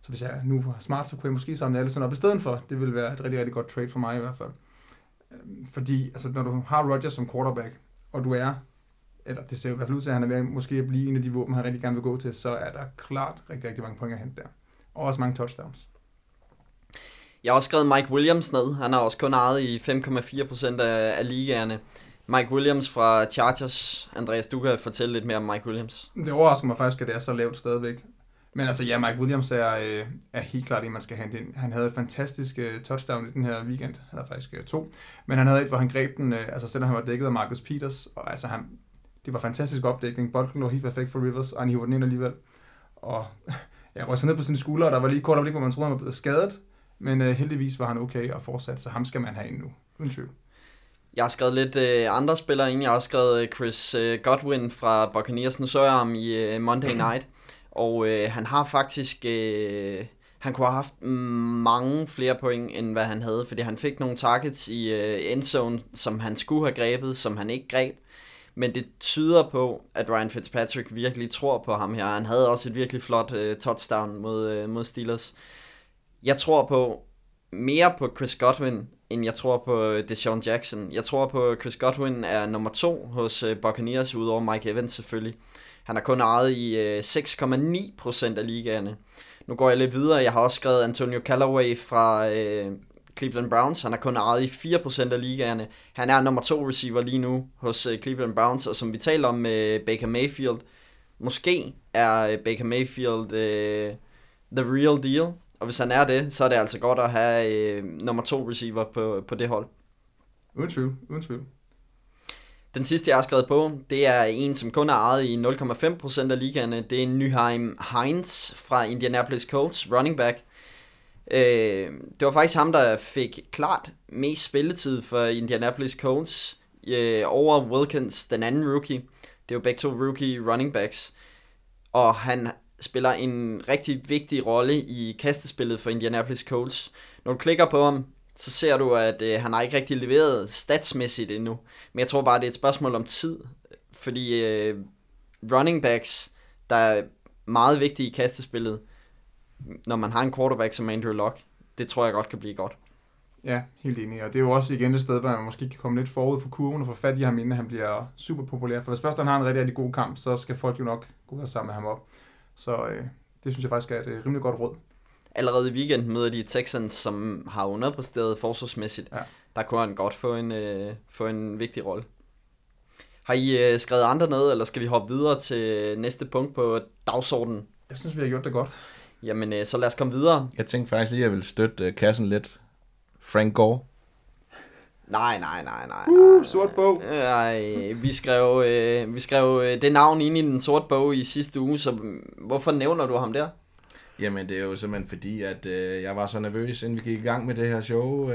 Så hvis jeg nu var smart, så kunne jeg måske samle Allison op i stedet for. Det ville være et rigtig, rigtig godt trade for mig i hvert fald. Fordi altså, når du har Rodgers som quarterback, og du er, eller det ser jo i hvert fald ud til, at han er ved at måske blive en af de våben, han rigtig gerne vil gå til, så er der klart rigtig, rigtig mange point at hente der. Og også mange touchdowns. Jeg har også skrevet Mike Williams ned. Han har også kun ejet i 5,4% af ligaerne. Mike Williams fra Chargers. Andreas, du kan fortælle lidt mere om Mike Williams. Det overrasker mig faktisk, at det er så lavt stadigvæk. Men altså ja, Mike Williams er helt klart en, man skal hente ind. Han havde et fantastisk touchdown i den her weekend. Han havde faktisk 2. Men han havde et, hvor han greb den, altså selvom han var dækket af Marcus Peters. Og altså det var fantastisk opdækning. Bolden lå helt perfekt for Rivers, og han hiver den ind alligevel. Og jeg var så ned på sine skuldre, og der var lige et kort øjeblik, hvor man troede, han var blevet skadet. Men heldigvis var han okay og fortsat, så ham skal man have ind nu. Uden tvivl. Jeg har skrevet lidt andre spillere ind. Jeg har også skrevet Chris Godwin fra Buccaneers. Nu så jeg ham i Monday Night. Og han har faktisk... han kunne have haft mange flere point, end hvad han havde. Fordi han fik nogle targets i endzone, som han skulle have grebet, som han ikke greb. Men det tyder på, at Ryan Fitzpatrick virkelig tror på ham her. Han havde også et virkelig flot touchdown mod Steelers. Jeg tror på mere på Chris Godwin, end jeg tror på Deshaun Jackson. Jeg tror på, at Chris Godwin er nummer 2 hos Buccaneers, udover Mike Evans selvfølgelig. Han har kun ejet i 6,9% af ligaerne. Nu går jeg lidt videre. Jeg har også skrevet Antonio Callaway fra Cleveland Browns. Han har kun ejet i 4% af ligaerne. Han er nummer 2 receiver lige nu hos Cleveland Browns, og som vi taler om med Baker Mayfield, måske er Baker Mayfield the real deal. Og hvis han er det, så er det altså godt at have nummer 2 receiver på det hold. Uden tvivl. Den sidste, jeg har skrevet på, det er en, som kun er ejet i 0,5% af ligaerne. Det er Nyheim Hines fra Indianapolis Colts, running back. Det var faktisk ham, der fik klart mest spilletid for Indianapolis Colts over Wilkins, den anden rookie. Det er jo begge 2 rookie running backs. Og han spiller en rigtig vigtig rolle i kastespillet for Indianapolis Colts. Når du klikker på ham, så ser du, at han har ikke rigtig leveret statsmæssigt endnu. Men jeg tror bare, det er et spørgsmål om tid. Fordi running backs, der er meget vigtige i kastespillet, når man har en quarterback som Andrew Luck, det tror jeg godt kan blive godt. Ja, helt enig. Og det er jo også igen et sted, hvor man måske kan komme lidt forud for kurven og få fat i ham, inden han bliver super populær. For hvis først han har en rigtig, rigtig god kamp, så skal folk jo nok gå ud og samle ham op. Så det synes jeg faktisk er et rimelig godt råd. Allerede i weekenden møder de Texans, som har underpræsteret forsvarsmæssigt. Ja. Der kunne han godt få en vigtig rolle. Har I skrevet andre ned, eller skal vi hoppe videre til næste punkt på dagsordenen? Jeg synes, vi har gjort det godt. Jamen, så lad os komme videre. Jeg tænkte faktisk lige, at jeg ville støtte kassen lidt. Frank Gore. Nej. Sort bog. Vi skrev det navn ind i den sorte bog i sidste uge, så hvorfor nævner du ham der? Jamen, det er jo simpelthen fordi, at jeg var så nervøs, inden vi gik i gang med det her show,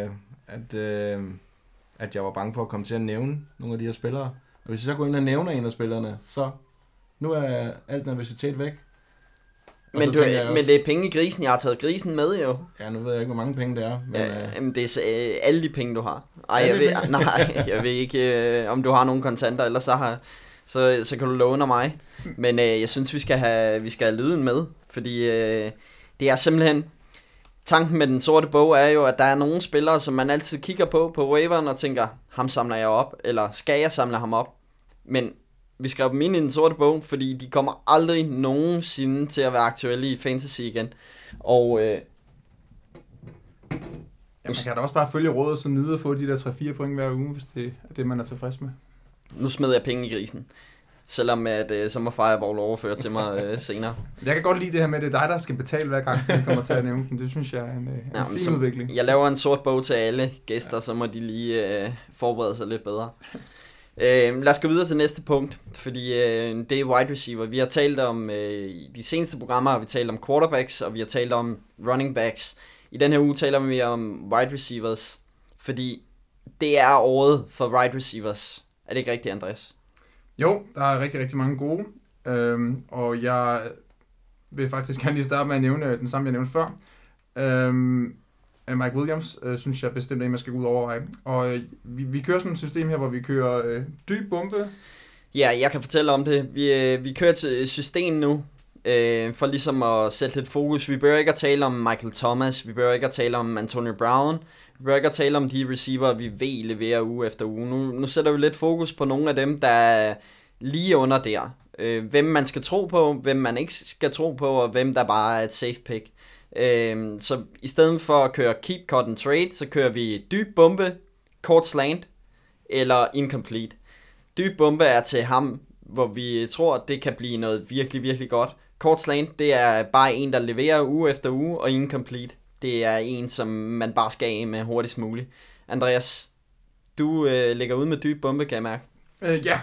at jeg var bange for at komme til at nævne nogle af de her spillere. Og hvis jeg så går ind og nævner en af spillerne, så nu er alt nervøsitet væk. Men det er penge i grisen. Jeg har taget grisen med jo. Ja, nu ved jeg ikke, hvor mange penge det er. Men, det er alle de penge, du har. Jeg ved ikke, om du har nogle kontanter, eller så kan du låne mig. Men jeg synes, vi skal have lyden med. Fordi det er simpelthen... Tanken med den sorte bog er jo, at der er nogle spillere, som man altid kigger på waiveren og tænker, ham samler jeg op, eller skal jeg samle ham op? Men vi skrev dem ind i den sorte bog, fordi de kommer aldrig nogensinde til at være aktuelle i fantasy igen. Og man kan da også bare følge rådet, så nyde at få de der 3-4 point hver uge, hvis det er det, man er tilfreds med. Nu smed jeg penge i grisen. Selvom at så må Fireball overføre til mig senere. Jeg kan godt lide det her med, at det er dig, der skal betale hver gang, vi kommer til at nævne dem. Det synes jeg er en fin udvikling. Jeg laver en sort bog til alle gæster, så må de lige forberede sig lidt bedre. Lad os gå videre til næste punkt, fordi det er wide receiver. Vi har talt om, i de seneste programmer har vi talt om quarterbacks, og vi har talt om running backs. I den her uge taler vi om wide receivers, fordi det er året for wide receivers. Er det ikke rigtigt, Andreas? Jo, der er rigtig, rigtig mange gode, og jeg vil faktisk gerne lige starte med at nævne den samme, jeg nævnte før. Mike Williams synes jeg bestemt er en, man skal gå ud over. Og vi kører sådan et system her, hvor vi kører dyb bombe. Ja, jeg kan fortælle om det. Vi kører til et system nu, for ligesom at sætte lidt fokus. Vi behøver ikke at tale om Michael Thomas, vi behøver ikke at tale om Antonio Brown, vi behøver ikke at tale om de receiver, vi ved leverer uge efter uge. Nu sætter vi lidt fokus på nogle af dem, der er lige under der. Hvem man skal tro på, hvem man ikke skal tro på, og hvem der bare er et safe pick. Så i stedet for at køre keep, cut and trade, så kører vi dyb bombe, kort slant eller incomplete. Dyb bombe er til ham, hvor vi tror, at det kan blive noget virkelig, virkelig godt. Kort slant, det er bare en, der leverer uge efter uge, og incomplete, det er en, som man bare skal af med hurtigst muligt. Andreas, du lægger ud med dyb bombe, kan jeg mærke. Ja,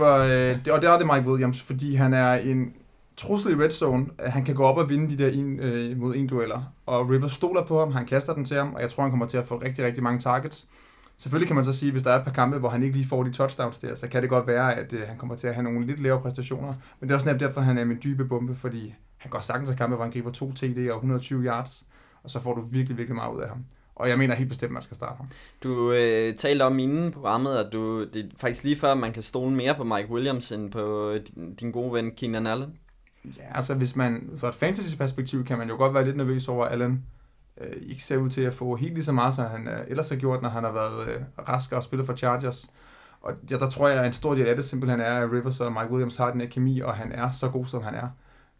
og det er det Mike Williams, fordi han er en trussel i red zone. Han kan gå op og vinde de der mod en dueller, og Rivers stoler på ham, han kaster den til ham, og jeg tror, han kommer til at få rigtig, rigtig mange targets. Selvfølgelig kan man så sige, hvis der er et par kampe, hvor han ikke lige får de touchdowns der, så kan det godt være, at han kommer til at have nogle lidt lavere præstationer. Men det er også netop derfor, han er min dybe bombe, fordi han går sagtens af kampe, hvor han griber 2 TD og 120 yards, og så får du virkelig, virkelig meget ud af ham. Og jeg mener helt bestemt, at man skal starte ham. Du talte om inden programmet, at det er faktisk lige før, man kan stole mere på Mike Williams end på din gode ven Keenan Allen. Ja, altså hvis man fra et fantasy-perspektiv kan man jo godt være lidt nervøs over, at Allen ikke ser ud til at få helt lige så meget, som han ellers har gjort, når han har været rask og spillet for Chargers. Og ja, der tror jeg, at en stor del af det simpelthen er, at Rivers og Mike Williams har den her kemi, og han er så god, som han er.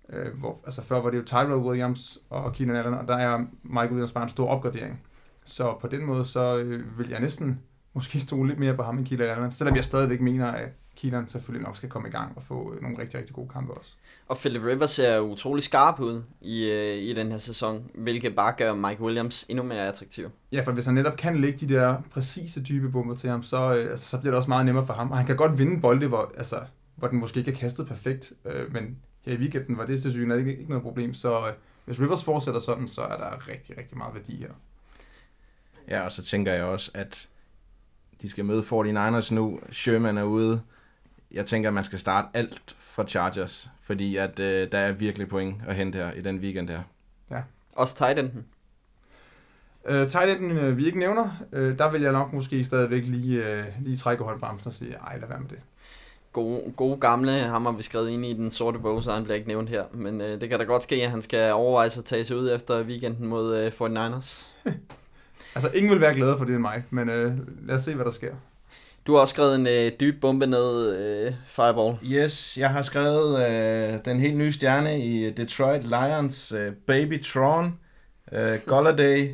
Før var det jo Tyrell Williams og Keenan Allen, og der er Mike Williams bare en stor opgradering. Så på den måde, så vil jeg næsten måske stole lidt mere på ham end Keenan Allen, selvom jeg stadigvæk mener, at Keenan selvfølgelig nok skal komme i gang og få nogle rigtig, rigtig gode kampe også. Og Philip Rivers ser utrolig skarp ud i den her sæson, hvilket bare gør Mike Williams endnu mere attraktiv. Ja, for hvis han netop kan lægge de der præcise dybe bomber til ham, så bliver det også meget nemmere for ham. Og han kan godt vinde bolde, hvor den måske ikke er kastet perfekt, men her i weekenden var det selvfølgelig ikke noget problem. Så hvis Rivers fortsætter sådan, så er der rigtig, rigtig meget værdi her. Ja, og så tænker jeg også, at de skal møde 49ers nu. Sherman er ude. Jeg tænker, at man skal starte alt fra Chargers, fordi at der er virkelig point at hente her i den weekend her. Ja. Også tight enden. Tight enden, vi ikke nævner, der vil jeg nok måske stadigvæk lige trække holdbremsen og sige, lad være med det. Gode gamle, ham har vi skrevet ind i den sorte bog, så han bliver ikke nævnt her. Men det kan da godt ske, at han skal overveje sig at tage sig ud efter weekenden mod 49ers. Altså, ingen vil være glade for det end mig, men lad os se, hvad der sker. Du har også skrevet en dyb bombe ned, Fireball. Yes, jeg har skrevet den helt nye stjerne i Detroit Lions, Baby Tron, Golladay.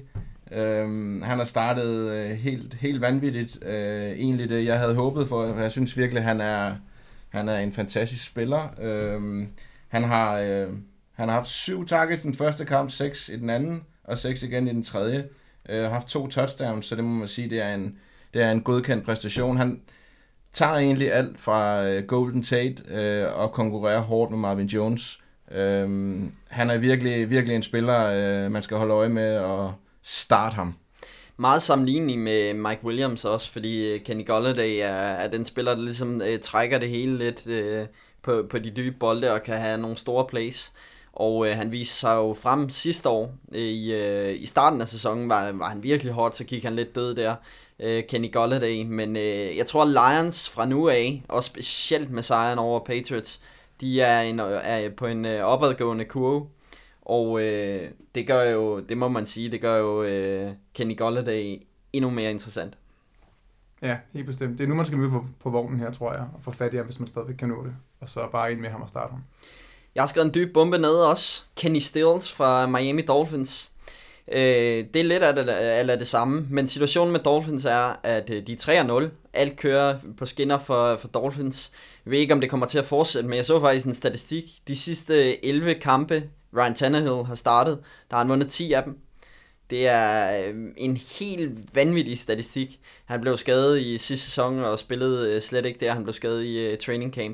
Han har startet helt vanvittigt. Egentlig det, jeg havde håbet for. Jeg synes virkelig, han er en fantastisk spiller. Han har haft 7 targets i den første kamp, 6 i den anden, og 6 igen i den tredje. Haft 2 touchdowns, så det må man sige, det er en godkendt præstation. Han tager egentlig alt fra Golden Tate og konkurrerer hårdt med Marvin Jones. Han er virkelig, virkelig en spiller, man skal holde øje med og starte ham. Meget sammenligning med Mike Williams også, fordi Kenny Golladay er den spiller, der ligesom trækker det hele lidt på de dybe bolde og kan have nogle store plays. Og han viste sig jo frem sidste år. I starten af sæsonen var han virkelig hårdt, så gik han lidt død der, Kenny Golladay. Men jeg tror, Lions fra nu af, og specielt med sejren over Patriots, de er på en opadgående kurve. Og det gør jo, det må man sige, det gør jo Kenny Golladay endnu mere interessant. Ja, helt bestemt. Det er nu, man skal med på vognen her, tror jeg, og få fat i ham, hvis man stadigvæk kan nå det. Og så bare ind med ham og starte ham. Jeg har skrevet en dyb bombe ned også. Kenny Stills fra Miami Dolphins. Det er lidt af det samme, men situationen med Dolphins er, at de er 3-0. Alt kører på skinner for Dolphins. Jeg ved ikke, om det kommer til at fortsætte, men jeg så faktisk en statistik. De sidste 11 kampe, Ryan Tannehill har startet, der har han vundet 10 af dem. Det er en helt vanvittig statistik. Han blev skadet i sidste sæson og spillede slet ikke der. Han blev skadet i training camp.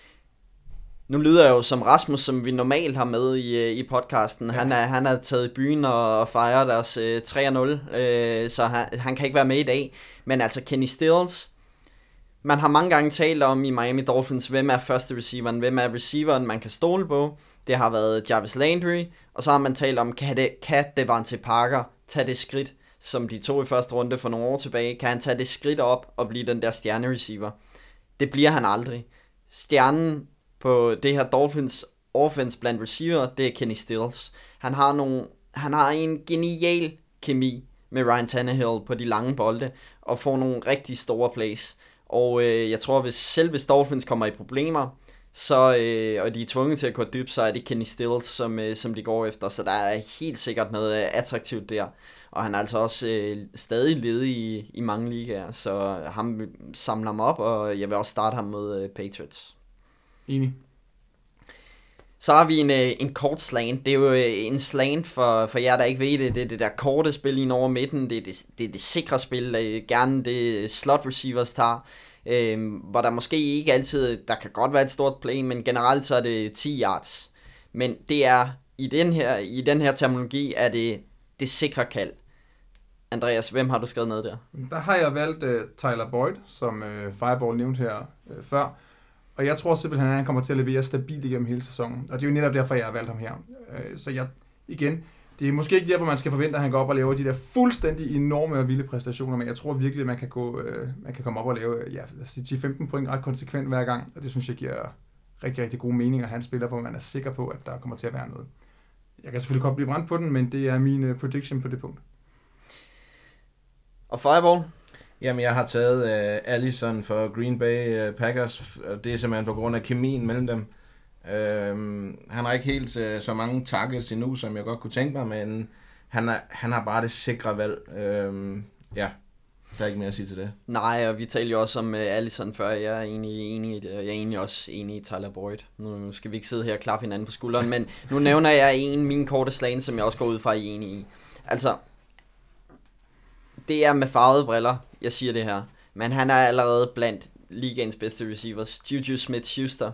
Nu lyder jeg jo som Rasmus, som vi normalt har med i podcasten. Ja. Han er taget i byen og fejrer deres 3-0, så han kan ikke være med i dag. Men altså Kenny Stills, man har mange gange talt om i Miami Dolphins, hvem er første receiveren, hvem er receiveren, man kan stole på. Det har været Jarvis Landry, og så har man talt om, kan Devante Parker tage det skridt, som de tog i første runde for nogle år tilbage. Kan han tage det skridt op og blive den der stjernereceiver? Det bliver han aldrig. Stjernen på det her Dolphins offense blandt receiver, det er Kenny Stills. Han har en genial kemi med Ryan Tannehill på de lange bolde, og får nogle rigtig store plays. Og jeg tror, hvis Dolphins kommer i problemer, så, og de er tvunget til at gå dybt, så er det Kenny Stills, som de går efter. Så der er helt sikkert noget attraktivt der. Og han er altså også stadig ledig i mange ligaer, så ham samler ham op, og jeg vil også starte ham mod Patriots. Enig. Så har vi en kort slant. Det er jo en slant for jer, der ikke ved det. Det er det der korte spil ind over midten. Det er det sikre spil. Gerne det slot receivers tager. Hvor der måske ikke altid, der kan godt være et stort play, men generelt så er det 10 yards. Men det er i den her terminologi er det sikre kald. Andreas, hvem har du skrevet ned der? Der har jeg valgt Tyler Boyd, som Fireball nævnte her før. Og jeg tror simpelthen, at han kommer til at levere stabilt igennem hele sæsonen. Og det er jo netop derfor, jeg har valgt ham her. Så det er måske ikke der, hvor man skal forvente, at han går op og laver de der fuldstændig enorme og vilde præstationer, men jeg tror virkelig, at man kan komme op og lave 10-15 point ret konsekvent hver gang. Og det synes jeg giver rigtig, rigtig gode meninger, at han spiller, hvor man er sikker på, at der kommer til at være noget. Jeg kan selvfølgelig godt blive brændt på den, men det er min prediction på det punkt. Og Fireball? Jamen, jeg har taget Allison for Green Bay Packers, og det er simpelthen på grund af kemien mellem dem. Han har ikke helt så mange targets endnu, som jeg godt kunne tænke mig, men han har bare det sikre valg. Ja, der er ikke mere at sige til det. Nej, og vi talte jo også om Allison før. Jeg er egentlig også enig i Tyler Boyd. Nu skal vi ikke sidde her og klappe hinanden på skulderen, men nu nævner jeg min korte slant, som jeg også går ud fra, I er enig i. Altså, det er med farvede briller, jeg siger det her. Men han er allerede blandt ligaens bedste receivers. Juju Smith-Schuster.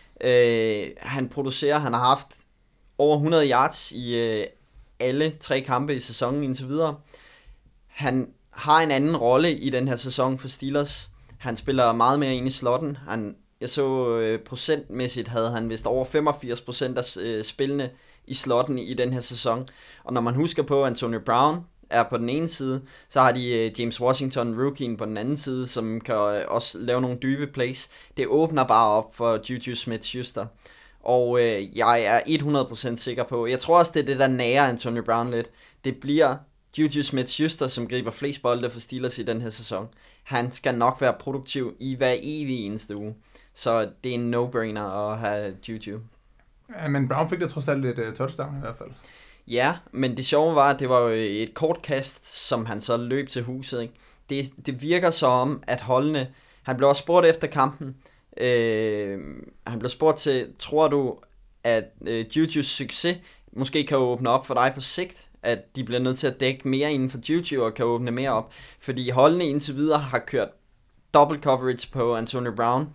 Han har haft over 100 yards i alle 3 kampe i sæsonen indtil videre. Han har en anden rolle i den her sæson for Steelers. Han spiller meget mere ind i slotten. Jeg så procentmæssigt havde han vist over 85% af spillene i slotten i den her sæson. Og når man husker på, at Antonio Brown er på den ene side, så har de James Washington, rookien, på den anden side, som kan også lave nogle dybe plays. Det åbner bare op for Juju Smith-Schuster. Og jeg er 100% sikker på, jeg tror også, det er det, der nærer Antonio Brown lidt. Det bliver Juju Smith-Schuster, som griber flest bolde for Steelers i den her sæson. Han skal nok være produktiv i hver evig eneste uge. Så det er en no-brainer at have Juju. Ja, men Brown fik da trods alt et touchdown i hvert fald. Ja, men det sjove var, at det var jo et kort kast, som han så løb til huset. Ikke? Det virker så om, at holdene... Han blev også spurgt efter kampen. Han blev spurgt til, tror du, at Jujus succes måske kan åbne op for dig på sigt? At de bliver nødt til at dække mere inden for Juju og kan åbne mere op? Fordi holdene indtil videre har kørt double coverage på Antonio Brown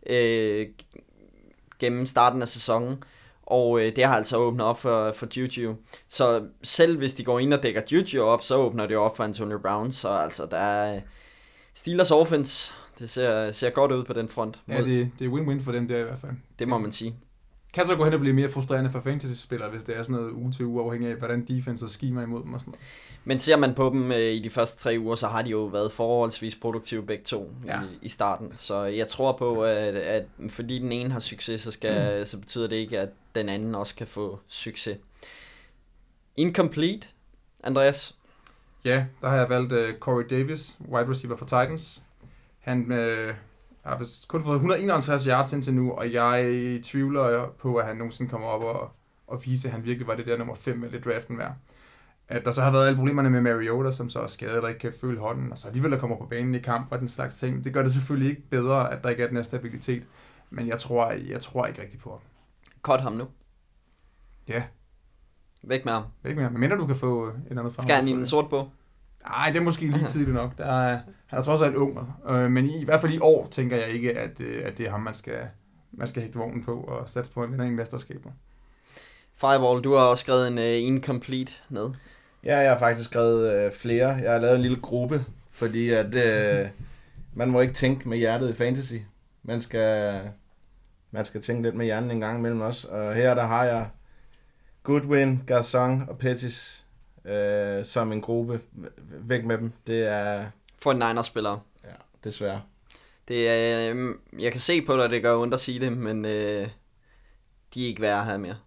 gennem starten af sæsonen. Og det har altså åbnet op for Juju. Så selv hvis de går ind og dækker Juju op, så åbner det op for Antonio Brown. Så altså, der er Steelers offense. Det ser godt ud på den front. Ja, det er win-win for dem der i hvert fald. Det må man sige. Kan så gå hen og blive mere frustrerende for fantasy-spillere, hvis det er sådan noget uge til uge, afhængig af, hvordan defense og schema imod dem og sådan noget. Men ser man på dem i de første 3 uger, så har de jo været forholdsvis produktive begge to i starten. Så jeg tror på, at fordi den ene har succes, så betyder det ikke, at den anden også kan få succes. Incomplete, Andreas? Ja, der har jeg valgt Corey Davis, wide receiver for Titans. Han har vist kun fået 151 yards indtil nu, og jeg tvivler på, at han nogensinde kommer op og vise, at han virkelig var det der nummer 5 med det draften værd. At der så har været alle problemerne med Mariota, som så er skadet og ikke kan føle hånden, og så alligevel der kommer på banen i kamp og den slags ting. Det gør det selvfølgelig ikke bedre, at der ikke er den her stabilitet, men jeg tror ikke rigtig på ham. Cut ham nu. Ja. Væk med ham. Væk med ham. Men mindre du kan få et andet fra. Skal han i den sort på? Nej, det er måske lige tidligt nok. Han er trods alt ung, men i hvert fald i år tænker jeg ikke, at det er ham, man skal hægte vognen på og satse på at vinde en mesterskaber. Fireball, du har også skrevet en incomplete ned. Ja, jeg har faktisk skrevet flere. Jeg har lavet en lille gruppe, fordi at man må ikke tænke med hjertet i fantasy. Man skal tænke lidt med hjernen en gang imellem også. Og her der har jeg Goodwin, Garçon og Pettis som en gruppe. Væk med dem. Det er... For en Niners-spillere. Ja, desværre. Det er, jeg kan se på dig, det gør ondt at sige det, men de er ikke værd at have mere.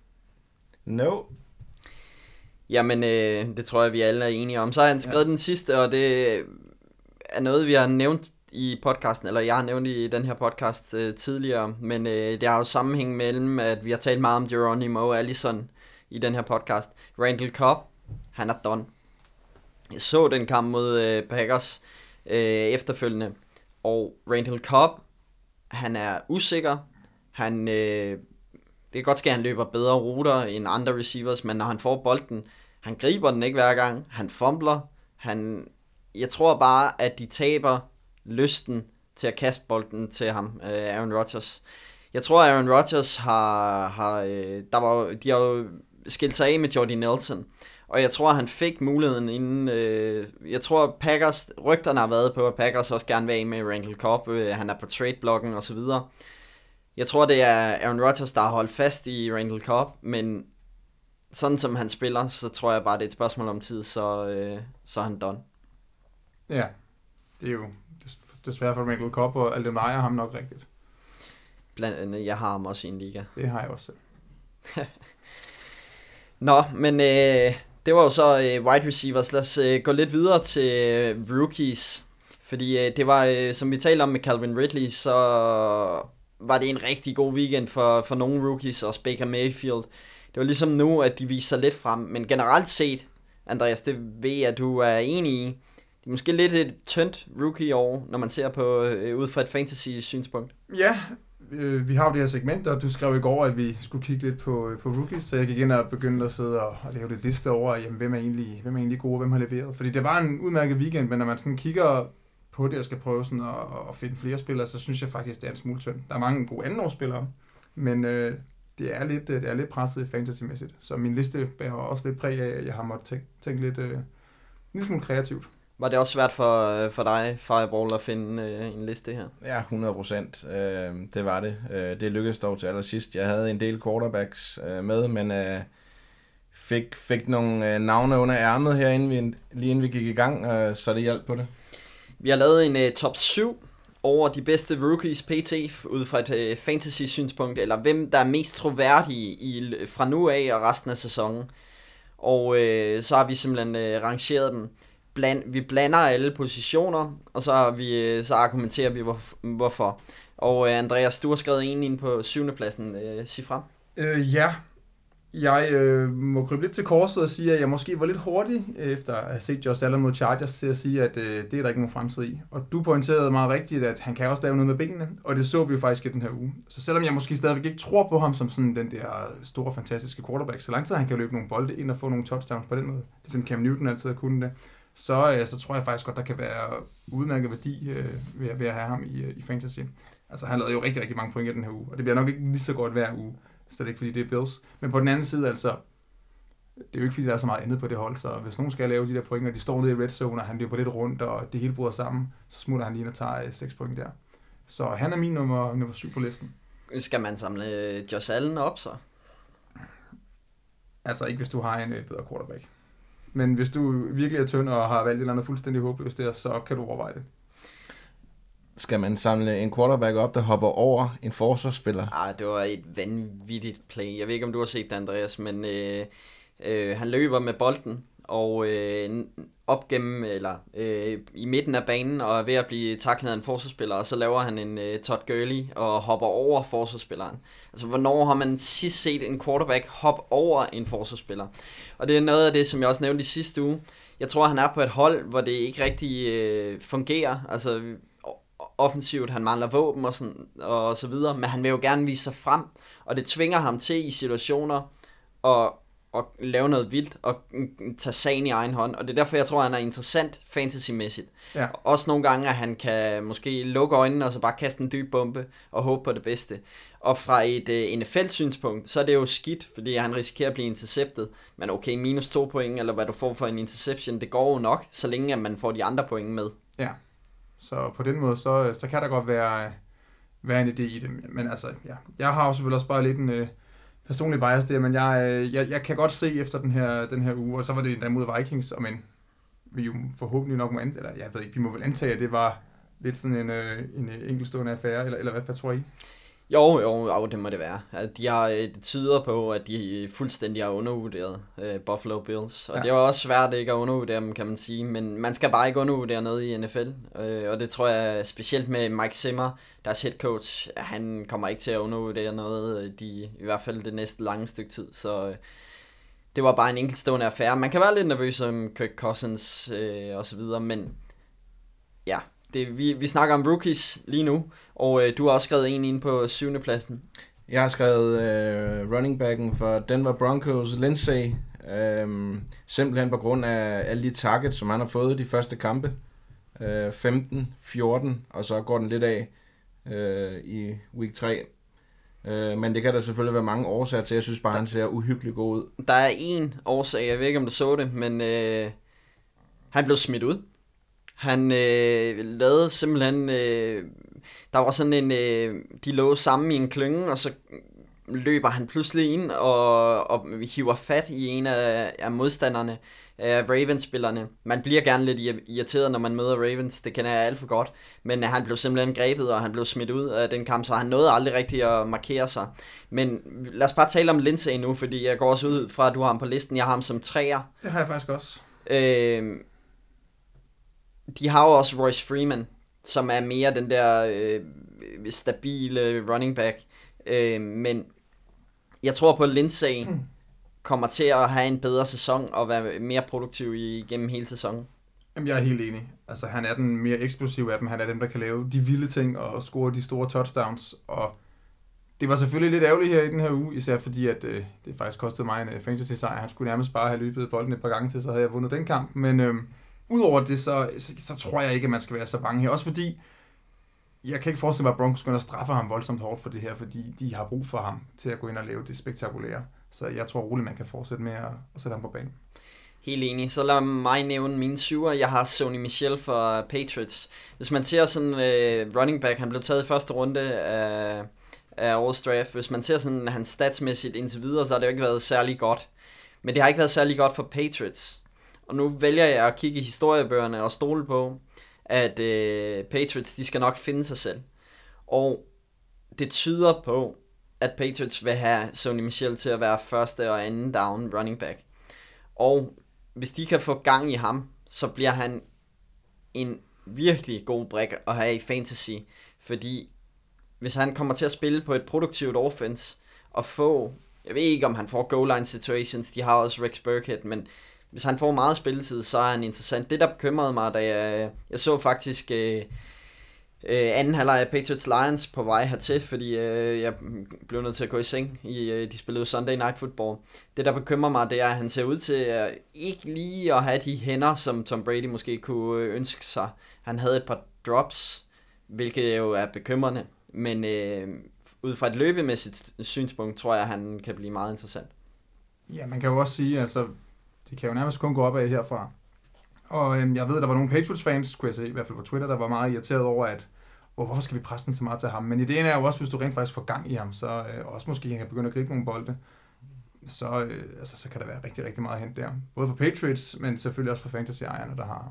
No. Jamen, det tror jeg, vi alle er enige om. Så har han skrevet den sidste, og det er noget, vi har nævnt i podcasten, eller jeg har nævnt i den her podcast tidligere, men det har jo sammenhæng mellem, at vi har talt meget om Geronimo Allison i den her podcast. Randall Cobb, han er done. Jeg så den kamp mod Packers efterfølgende, og Randall Cobb, han er usikker. Det kan godt ske, at han løber bedre ruter end andre receivers, men når han får bolden, han griber den ikke hver gang, han fumbler, jeg tror bare, at de taber lysten til at kaste bolden til ham, Aaron Rodgers. Jeg tror, at Aaron Rodgers de har jo skilt sig af med Jordy Nelson, og jeg tror, at han fik muligheden inden, jeg tror, rygterne har været på, at Packers også gerne vil af med Randall Cobb, han er på trade-blokken og så videre. Jeg tror, det er Aaron Rodgers, der har holdt fast i Randall Cobb, men sådan som han spiller, så tror jeg bare, det er et spørgsmål om tid, så er han done. Ja, det er jo desværre for Randall Cobb, og alle dem ejer ham nok rigtigt. Blandt andet, jeg har ham også i en liga. Det har jeg også selv. Nå, men det var jo så wide receivers. Lad os gå lidt videre til rookies. Fordi det var, som vi talte om med Calvin Ridley, så var det en rigtig god weekend for nogle rookies, også Baker Mayfield. Det var ligesom nu, at de viser sig lidt frem. Men generelt set, Andreas, det ved jeg, at du er enig i. Det er måske lidt et tyndt rookie-år, når man ser på ud fra et fantasy-synspunkt. Ja, vi har jo det her segment, og du skrev i går, at vi skulle kigge lidt på rookies, så jeg gik ind og begyndte at sidde og lave lidt liste over, jamen, hvem er egentlig gode, og hvem har leveret. Fordi det var en udmærket weekend, men når man sådan kigger på det og skal prøve sådan at finde flere spillere, så synes jeg faktisk, det er en smule tyndt. Der er mange gode andenårsspillere, men det er lidt presset fantasy-mæssigt. Så min liste bærer også lidt præg af, at jeg har måttet tænke lidt en lille smule kreativt. Var det også svært for dig, Fireball, at finde en liste her? Ja, 100%. Det var det. Det lykkedes dog til allersidst. Jeg havde en del quarterbacks med, men fik nogle navne under ærmet her, lige inden vi gik i gang, så det hjalp på det. Vi har lavet en top 7 over de bedste rookies pt. Ud fra et fantasy-synspunkt, eller hvem der er mest troværdige fra nu af og resten af sæsonen. Og så har vi simpelthen rangeret dem. Vi blander alle positioner, og så argumenterer vi hvorfor. Og Andreas, du har skrevet en ind på 7. pladsen. Sig frem. Ja, jeg må krybe lidt til korset og sige, at jeg måske var lidt hurtig efter at have set Josh Allen mod Chargers til at sige, at det er der ikke nogen fremtid i. Og du pointerede meget rigtigt, at han kan også lave noget med benene, og det så vi jo faktisk i den her uge. Så selvom jeg måske stadigvæk ikke tror på ham som sådan den der store, fantastiske quarterback, så lang tid han kan løbe nogle bolde ind og få nogle touchdowns på den måde, det som Cam Newton altid har kunnet det, så tror jeg faktisk godt, der kan være udmærket værdi ved at have ham i fantasy. Altså, han lavede jo rigtig, rigtig mange point i den her uge, og det bliver nok ikke lige så godt hver uge, så det er ikke, fordi det er Bills. Men på den anden side, altså, det er jo ikke, fordi der er så meget andet på det hold, så hvis nogen skal lave de der point, og de står nede i red zone, og han løber lidt rundt, og det hele bryder sammen, så smutter han lige ind og tager 6 point der. Så han er min nummer 7 på listen. Skal man samle Josh Allen op, så? Altså, ikke hvis du har en bedre quarterback. Men hvis du virkelig er tynd og har valgt et eller andet fuldstændig håbløst der, så kan du overveje det. Skal man samle en quarterback op, der hopper over en forsvarsspiller? Det var et vanvittigt play. Jeg ved ikke, om du har set det, Andreas, men han løber med bolden og op gennem, i midten af banen, og er ved at blive tacklet af en forsvarsspiller, og så laver han en Todd Gurley og hopper over forsvarsspilleren. Altså, hvornår har man sidst set en quarterback hoppe over en forsvarsspiller? Og det er noget af det, som jeg også nævnte i sidste uge. Jeg tror, han er på et hold, hvor det ikke rigtig fungerer. Altså, offensivt, han mangler våben og så videre, men han vil jo gerne vise sig frem, og det tvinger ham til i situationer at lave noget vildt og tage sagen i egen hånd, og det er derfor, jeg tror, han er interessant fantasy-mæssigt. Ja. Også nogle gange, at han kan måske lukke øjnene og så bare kaste en dyb bombe og håbe på det bedste. Og fra et NFL-synspunkt, så er det jo skidt, fordi han risikerer at blive interceptet, men okay, minus 2 point, eller hvad du får for en interception, det går jo nok, så længe at man får de andre point med. Ja. Så på den måde, så kan der godt være en idé i det. Men altså, ja. Jeg har jo selvfølgelig også bare lidt en personlig bias der, men jeg kan godt se efter den her uge, og så var det endda mod Vikings, og men vi jo forhåbentlig nok må antage, eller jeg ved ikke, vi må vel antage, at det var lidt sådan en enkeltstående affære, eller hvad tror I? Jo, det må det være. Det tyder på, at de fuldstændig har undervurderet Buffalo Bills. Og det er jo også svært ikke at undervurdere dem, kan man sige. Men man skal bare ikke undervurdere noget i NFL. Og det tror jeg specielt med Mike Zimmer, deres head coach, han kommer ikke til at undervurdere noget, i hvert fald det næste lange stykke tid. Så det var bare en enkeltstående affære. Man kan være lidt nervøs om Kirk Cousins og så videre, men ja, vi snakker om rookies lige nu, og du har også skrevet en ind på 7. pladsen. Jeg har skrevet running backen for Denver Broncos, Lindsay, simpelthen på grund af alle de targets, som han har fået de første kampe. 15, 14, og så går den lidt af i week 3. Men det kan der selvfølgelig være mange årsager til. Jeg synes bare, han ser uhyggeligt god ud. Der er en årsag, jeg ved ikke, om du så det, men han blev smidt ud. Han lavede simpelthen... der var sådan en... de lå sammen i en klynge, og så løber han pludselig ind og hiver fat i en af modstanderne, af Ravens-spillerne. Man bliver gerne lidt irriteret, når man møder Ravens, det kender jeg alt for godt. Men han blev simpelthen grebet, og han blev smidt ud af den kamp, så han nåede aldrig rigtig at markere sig. Men lad os bare tale om Lindsay nu, fordi jeg går også ud fra, at du har ham på listen. Jeg har ham som 3'er. Det har jeg faktisk også. De har jo også Royce Freeman, som er mere den der stabile running back. Men jeg tror på, at Lindsay kommer til at have en bedre sæson og være mere produktiv igennem hele sæsonen. Jamen, jeg er helt enig. Altså, han er den mere eksplosive af dem. Han er dem, der kan lave de vilde ting og score de store touchdowns. Og det var selvfølgelig lidt ærgerligt her i den her uge, især fordi, at det faktisk kostede mig en fantasy-sejr. Han skulle nærmest bare have løbet bolden et par gange til, så havde jeg vundet den kamp. Men udover det, så tror jeg ikke, at man skal være så bange her. Også fordi, jeg kan ikke forestille mig, at Broncos skal straffe ham voldsomt hårdt for det her, fordi de har brug for ham til at gå ind og lave det spektakulære. Så jeg tror roligt, man kan fortsætte med at sætte ham på banen. Helt enig. Så lad mig nævne mine 7'er. Jeg har Sony Michel for Patriots. Hvis man ser sådan running back, han blev taget i første runde af årets draft. Hvis man ser sådan hans statsmæssigt indtil videre, så har det jo ikke været særlig godt. Men det har ikke været særlig godt for Patriots. Og nu vælger jeg at kigge i historiebøgerne og stole på, at Patriots, de skal nok finde sig selv. Og det tyder på, at Patriots vil have Sony Michel til at være første og anden down running back. Og hvis de kan få gang i ham, så bliver han en virkelig god brik at have i fantasy. Fordi hvis han kommer til at spille på et produktivt offense, og få, jeg ved ikke om han får goal line situations, de har også Rex Burkhead, men hvis han får meget spilletid, så er han interessant. Det der bekymrede mig, da jeg så faktisk anden halvleg af Patriots Lions på vej hertil, fordi jeg blev nødt til at gå i seng. De spillede Sunday Night Football. Det der bekymrer mig, det er, at han ser ud til ikke lige at have de hænder, som Tom Brady måske kunne ønske sig. Han havde et par drops, hvilket jo er bekymrende, men ud fra et løbemæssigt synspunkt, tror jeg, at han kan blive meget interessant. Ja, man kan jo også sige, altså, det kan jo nærmest kun gå opad herfra. Og jeg ved, der var nogle Patriots-fans, kunne jeg se, i hvert fald på Twitter, der var meget irriteret over, at hvorfor skal vi presse den så meget til ham? Men ideen er jo også, hvis du rent faktisk får gang i ham, så også måske han kan begynde at gribe nogle bolde, så kan der være rigtig, rigtig meget hen der. Både for Patriots, men selvfølgelig også for fantasy-ejerne, der har.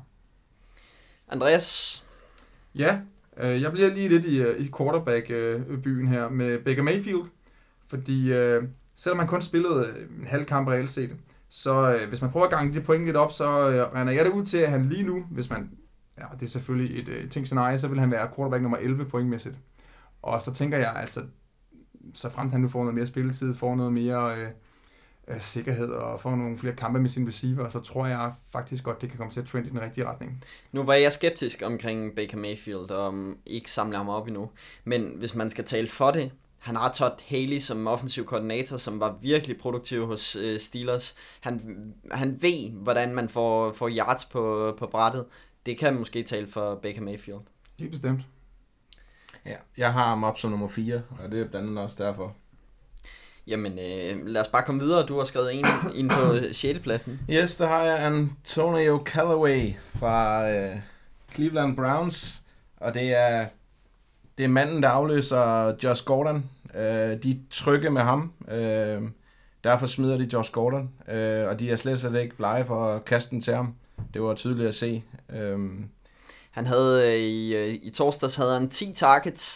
Andreas? Ja, jeg bliver lige lidt i quarterback-byen her med Baker Mayfield, fordi selvom han kun spillede en halv kamp reelt set, så hvis man prøver at gange de point lidt op, så regner jeg det ud til, at han lige nu, hvis man, ja, det er selvfølgelig et ting scenarie, så vil han være quarterback nummer 11 pointmæssigt. Og så tænker jeg altså, så fremt han nu får noget mere spilletid, får noget mere sikkerhed og får nogle flere kampe med sin receiver, så tror jeg faktisk godt, det kan komme til at trende i den rigtige retning. Nu var jeg skeptisk omkring Baker Mayfield, og ikke samle ham op endnu. Men hvis man skal tale for det, han har Todd Haley som offensiv koordinator, som var virkelig produktiv hos Steelers. Han ved, hvordan man får yards på brættet. Det kan måske tale for Baker Mayfield. Helt bestemt. Ja, jeg har ham op som nummer 4, og det er blandt andet også derfor. Jamen, lad os bare komme videre. Du har skrevet en ind på 6. pladsen. Yes, der har jeg Antonio Callaway fra Cleveland Browns, og det er manden, der afløser Josh Gordon. De er trygge med ham. Derfor smider de Josh Gordon. Og de er slet ikke blege for at kaste den til ham. Det var tydeligt at se. Han havde i torsdags havde han 10 targets,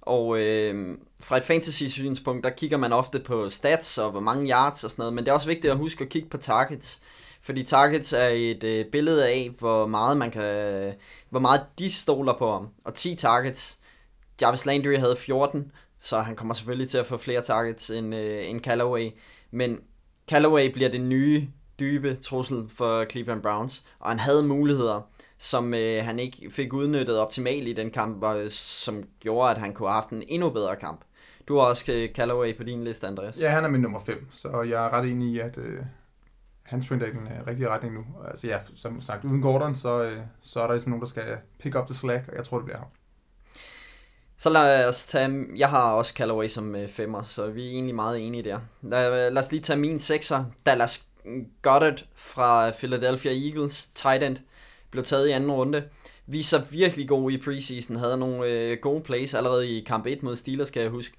Og fra et fantasy-synspunkt, der kigger man ofte på stats og hvor mange yards og sådan noget, men det er også vigtigt at huske at kigge på targets. Fordi targets er et billede af, hvor meget de stoler på ham. Og 10 targets. Jarvis Landry havde 14, så han kommer selvfølgelig til at få flere targets end Callaway. Men Callaway bliver det nye, dybe trussel for Cleveland Browns, og han havde muligheder, som han ikke fik udnyttet optimalt i den kamp, som gjorde, at han kunne have haft en endnu bedre kamp. Du har også Callaway på din liste, Andreas. Ja, han er min nummer 5, så jeg er ret enig i, at han trender i den rigtige retning nu. Altså ja, som sagt, uden Gordon, så er der ligesom nogen, der skal pick up the slack, og jeg tror, det bliver ham. Så lad os tage, jeg har også Callaway som 5'er, så vi er egentlig meget enige der. Lad os lige tage min 6'er. Dallas Goedert fra Philadelphia Eagles, tight end, blev taget i anden runde. Viser virkelig god i preseason, havde nogle gode plays allerede i kamp 1 mod Steelers, skal jeg huske.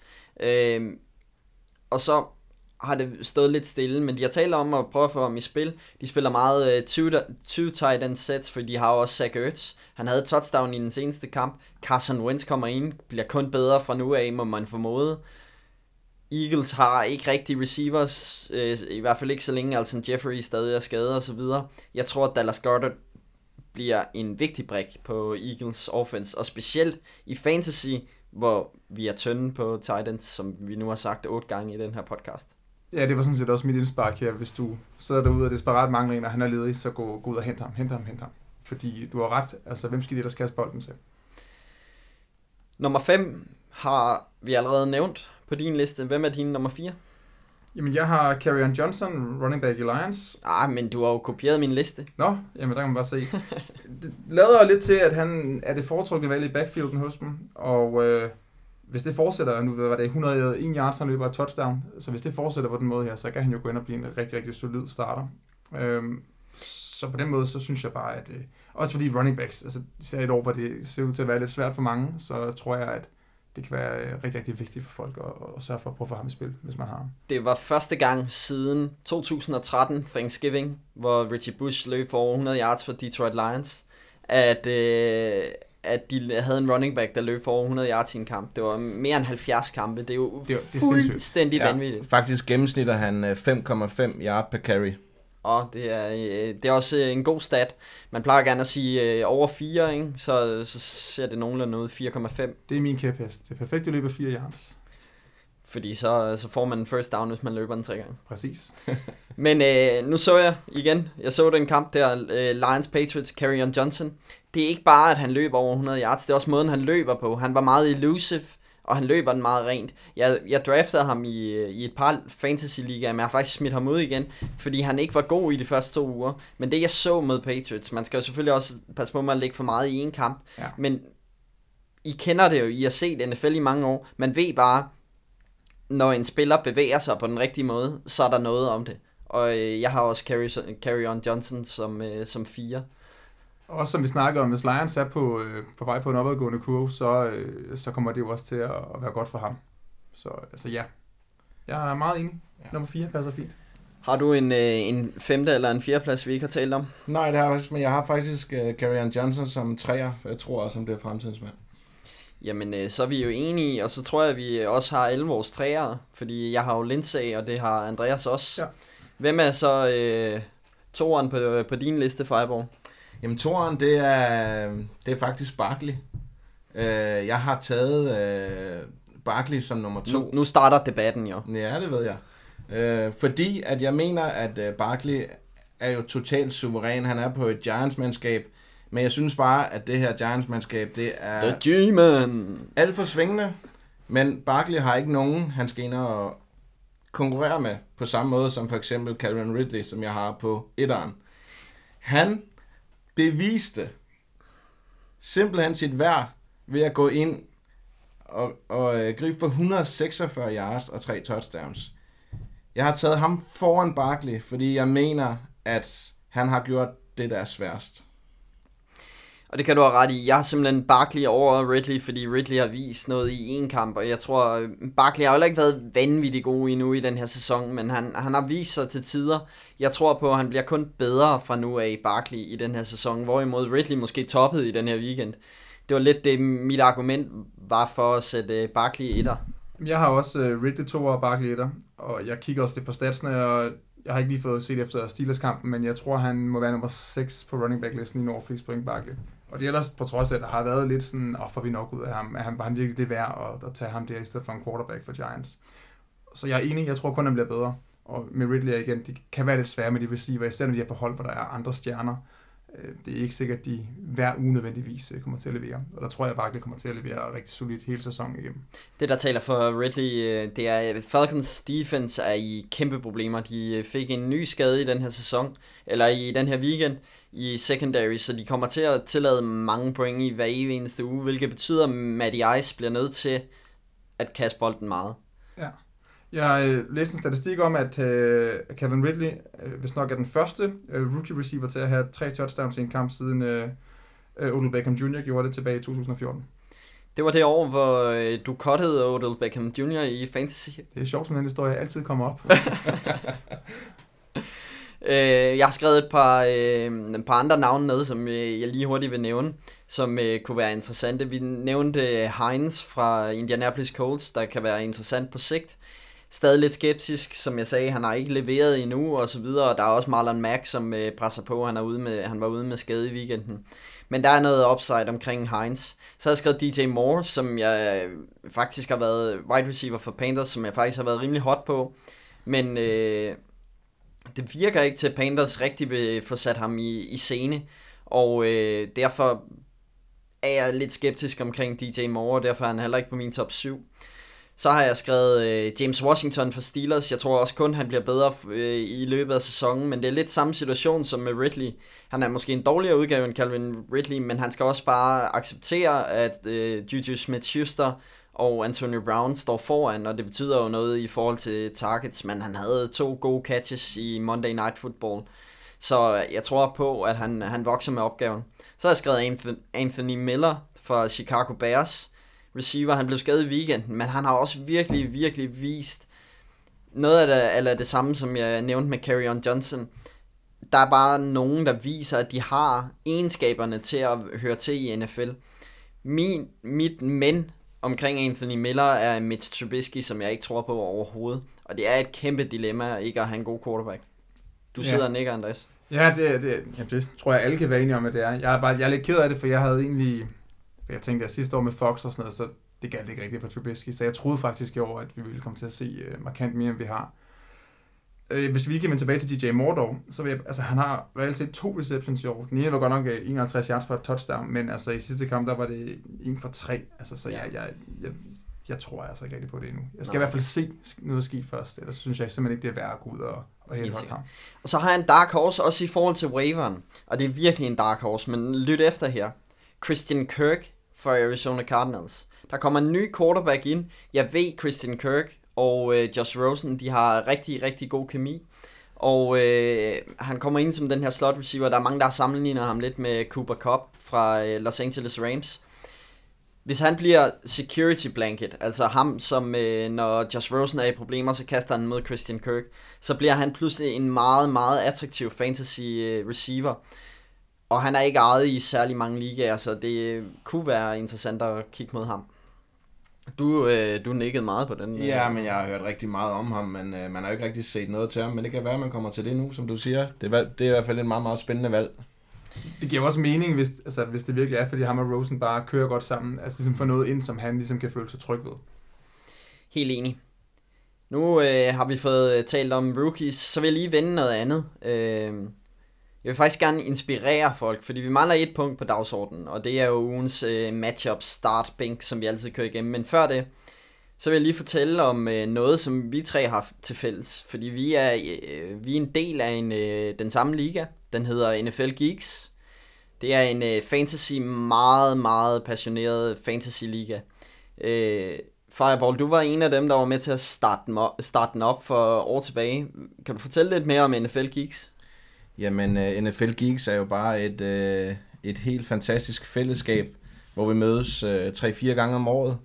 Og så har det stået lidt stille, men de har talt om at prøve at få ham i spil. De spiller meget two tight end sets, for de har også Zach Ertz. Han havde touchdown i den seneste kamp. Carson Wentz kommer ind, bliver kun bedre fra nu af, må man formode. Eagles har ikke rigtig receivers, i hvert fald ikke så længe Alshon Jeffrey stadig er skadet og så videre. Jeg tror, at Dallas Goedert bliver en vigtig brik på Eagles offense, og specielt i fantasy, hvor vi er tynde på tight ends, som vi nu har sagt 8 gange i den her podcast. Ja, det var sådan set også mit indspark her. Hvis du sidder derude og desperat mangler en, og han er ledig, så gå ud og hente ham. Fordi du har ret, altså hvem skal det, der skal have bolden til? Nummer 5 har vi allerede nævnt på din liste. Hvem er din nummer 4? Jamen, jeg har Kerryon Johnson, running back i Lions. Men du har jo kopieret min liste. Nå, jamen der kan man bare se. Det lader lidt til, at han er det foretrukne valg i backfielden hos dem, og hvis det fortsætter, nu var det 101 yards, han løber et touchdown, så hvis det fortsætter på den måde her, så kan han jo gå ind og blive en rigtig, rigtig solid starter. Så på den måde, så synes jeg bare, at også fordi running backs, altså især et år, hvor det ser ud til at være lidt svært for mange, så tror jeg, at det kan være rigtig, rigtig vigtigt for folk at sørge for at prøve at få ham i spil, hvis man har ham. Det var første gang siden 2013 Thanksgiving, hvor Richie Bush løb for over 100 yards for Detroit Lions, at de havde en running back, der løb for over 100 yards i en kamp. Det var mere end 70 kampe. Det er jo fuldstændig vanvittigt. Faktisk gennemsnitter han 5,5 yard per carry. Og det er også en god stat. Man plejer gerne at sige over 4, ikke? Så ser det nogenlunde ud 4,5. Det er min kæphest. Det er perfekt at løbe 4 yards. Fordi så får man en first down, hvis man løber den 3 gange. Præcis. Men nu så jeg igen. Jeg så den kamp der, Lions Patriots, Kerryon Johnson. Det er ikke bare, at han løber over 100 yards. Det er også måden, han løber på. Han var meget elusive, og han løber den meget rent. Jeg draftede ham i et par fantasy-ligaer, men jeg har faktisk smidt ham ud igen, fordi han ikke var god i de første 2 uger. Men det jeg så med Patriots, man skal jo selvfølgelig også passe på med at lægge for meget i en kamp, men I kender det jo, I har set NFL i mange år. Man ved bare, når en spiller bevæger sig på den rigtige måde, så er der noget om det. Og jeg har også Kerryon Johnson som 4. Også som vi snakker om, hvis Lions er på vej på en opadgående kurve, så kommer det jo også til at være godt for ham. Så altså ja, jeg er meget enig. Nummer 4 passer fint. Har du en 5. eller en 4. plads, vi ikke har talt om? Nej, det har jeg, men jeg har faktisk Kerryon Johnson som 3'er, for jeg tror også, han bliver fremtidens mand. Jamen, så er vi jo enige, og så tror jeg, at vi også har alle vores 3'ere, fordi jeg har jo Lindsay, og det har Andreas også. Ja. Hvem er så 2'eren på din liste, Fejborg? Jamen, 2'eren, det er faktisk Barkley. Jeg har taget Barkley som nummer 2. Nu starter debatten jo. Ja, det ved jeg. Fordi at jeg mener, at Barkley er jo totalt suveræn. Han er på et Giants-mandskab. Men jeg synes bare, at det her Giants-mandskab, det er The G-Man. Alt for svingende. Men Barkley har ikke nogen, han skal ind og konkurrere med. På samme måde som for eksempel Calvin Ridley, som jeg har på 1'eren. Han beviste simpelthen sit værd ved at gå ind og gribe på 146 yards og 3 touchdowns. Jeg har taget ham foran Barkley, fordi jeg mener, at han har gjort det, der er sværest. Og det kan du have ret i. Jeg har simpelthen Barkley over Ridley, fordi Ridley har vist noget i en kamp, og jeg tror, Barkley har jo ikke været vanvittigt god endnu i den her sæson, men han har vist sig til tider. Jeg tror på, at han bliver kun bedre fra nu af, Barkley, i den her sæson, hvorimod Ridley måske toppede i den her weekend. det var lidt det, mit argument var for at sætte Barkley i etter. Jeg har også Ridley 2 og Barkley etter, og jeg kigger også lidt på statsene, og jeg har ikke lige fået set efter Steelers-kampen, men jeg tror, han må være nummer 6 på running back-listen i Norfolk point Barkley. Og det er ellers på trods af, at der har været lidt sådan, får vi nok ud af ham, var han virkelig det værd at tage ham der i stedet for en quarterback for Giants. Så jeg er enig, jeg tror kun, han bliver bedre. Og med Ridley igen, det kan være lidt svært med de receiver, især når de er på hold, hvor der er andre stjerner. Det er ikke sikkert, at de hver uge nødvendigvis kommer til at levere. Og der tror jeg bare, at det kommer til at levere rigtig solidt hele sæsonen igennem. Det, der taler for Ridley, det er, at Falcons defense er i kæmpe problemer. De fik en ny skade i den her sæson, eller i den her weekend, i secondary, så de kommer til at tillade mange point i hver eneste uge, hvilket betyder, at Matty Ice bliver nødt til at kaste bolden meget. Ja. Jeg læste en statistik om, at Calvin Ridley, hvis nok er den første rookie receiver til at have 3 touchdowns i en kamp, siden Odell Beckham Jr. gjorde det tilbage i 2014. Det var det år, hvor du cuttede Odell Beckham Jr. i fantasy. Det er sjovt, sådan en historie altid kommer op. Jeg har skrevet et par andre navne ned, som jeg lige hurtigt vil nævne, som kunne være interessante. Vi nævnte Hines fra Indianapolis Colts, der kan være interessant på sigt. Stadig lidt skeptisk, som jeg sagde, han har ikke leveret endnu og så videre, og der er også Marlon Mack, som presser på, han var ude med skade i weekenden. Men der er noget upside omkring Hines. Så har jeg skrevet DJ Moore, som jeg faktisk har været wide receiver for Panthers, som jeg faktisk har været rimelig hot på. Men det virker ikke til, at Panthers rigtig vil få sat ham i scene, og derfor er jeg lidt skeptisk omkring DJ Moore, og derfor er han heller ikke på min top 7. Så har jeg skrevet James Washington for Steelers. Jeg tror også kun, han bliver bedre i løbet af sæsonen, men det er lidt samme situation som med Ridley. Han er måske en dårligere udgave end Calvin Ridley, men han skal også bare acceptere, at Juju Smith-Schuster og Antonio Brown står foran, og det betyder jo noget i forhold til targets, men han havde 2 gode catches i Monday Night Football. Så jeg tror på, at han vokser med opgaven. Så har jeg skrevet Anthony Miller fra Chicago Bears. Receiver, han blev skadet i weekenden, men han har også virkelig vist noget af det samme, som jeg nævnte med Kerryon Johnson. Der er bare nogen, der viser, at de har egenskaberne til at høre til i NFL. Mit men omkring Anthony Miller er Mitch Trubisky, som jeg ikke tror på overhovedet. Og det er et kæmpe dilemma ikke at have en god quarterback. Du sidder og nikker, Andreas. Ja, det tror jeg alle kan være enige om, at det er. Jeg er lidt ked af det, for jeg havde egentlig... Jeg tænkte, at sidste år med Fox og sådan noget, så det galt ikke rigtigt for Trubisky. Så jeg troede faktisk i år, at vi ville komme til at se markant mere, end vi har. Hvis vi ikke vender tilbage til DJ Moore dog, så vil jeg, han har reelt set 2 receptions i år. Den ene var godt nok 51 yards for et touchdown, men altså i sidste kamp, der var det 1 for 3. Altså, så jeg tror altså ikke rigtig på det endnu. Jeg skal i hvert fald se noget ske først, ellers synes jeg simpelthen ikke, det er værd at gå ud og helt holde ham. Og så har jeg en dark horse også i forhold til waiveren, og det er virkelig en dark horse, men lyt efter her. Christian Kirk fra Arizona Cardinals. Der kommer en ny quarterback ind. Jeg ved, Christian Kirk og Josh Rosen, de har rigtig god kemi. Og han kommer ind som den her slot receiver. Der er mange, der har sammenlignet ham lidt med Cooper Kupp fra Los Angeles Rams. Hvis han bliver security blanket, altså ham, som når Josh Rosen er i problemer, så kaster han mod Christian Kirk, så bliver han pludselig en meget attraktiv fantasy receiver. Og han er ikke ejet i særlig mange ligaer, så det kunne være interessant at kigge mod ham. Du nikkede meget på den. Ja, men jeg har hørt rigtig meget om ham, men man har jo ikke rigtig set noget til ham. Men det kan være, at man kommer til det nu, som du siger. Det er i hvert fald et meget spændende valg. Det giver også mening, hvis det virkelig er, fordi ham og Rosen bare kører godt sammen. Altså ligesom få noget ind, som han ligesom kan føle sig tryg ved. Helt enig. Nu har vi fået talt om rookies, så vil jeg lige vende noget andet. Jeg vil faktisk gerne inspirere folk, fordi vi mangler et punkt på dagsordenen, og det er jo ugens matchup start bænk, som vi altid kører igennem. Men før det, så vil jeg lige fortælle om noget, som vi 3 har til fælles. Fordi vi er en del af den samme liga. Den hedder NFL Geeks. Det er en meget passioneret fantasy-liga. Fireball, du var en af dem, der var med til at starte den op for år tilbage. Kan du fortælle lidt mere om NFL Geeks? Jamen, NFL Geeks er jo bare et helt fantastisk fællesskab, hvor vi mødes 3-4 gange om året,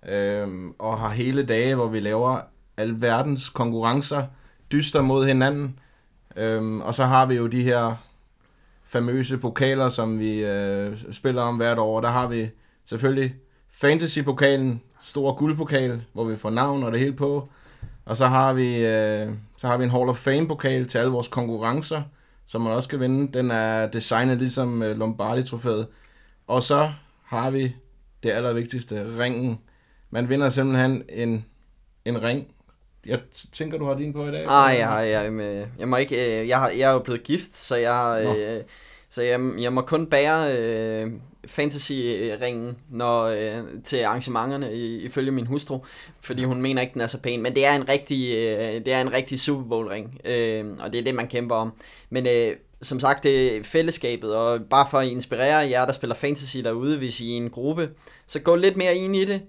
og har hele dage, hvor vi laver alverdens konkurrencer, dyster mod hinanden, og så har vi jo de her famøse pokaler, som vi spiller om hvert år. Der har vi selvfølgelig Fantasy-pokalen, stor guldpokal, hvor vi får navn og det hele på. Og så har vi en Hall of Fame-pokal til alle vores konkurrencer, som man også kan vinde. Den er designet ligesom Lombardi-trofæet. Og så har vi det allervigtigste, ringen. Man vinder simpelthen en ring. Jeg tænker, du har din på i dag? Nej, jeg må ikke. Jeg er jo blevet gift, så jeg må kun bære fantasy-ringen til arrangementerne ifølge min hustru, fordi hun mener ikke, den er så pæn. Men det er en rigtig Super Bowl-ring, og det er det, man kæmper om. Men som sagt, det er fællesskabet, og bare for at inspirere jer, der spiller fantasy derude, hvis I er en gruppe, så gå lidt mere ind i det.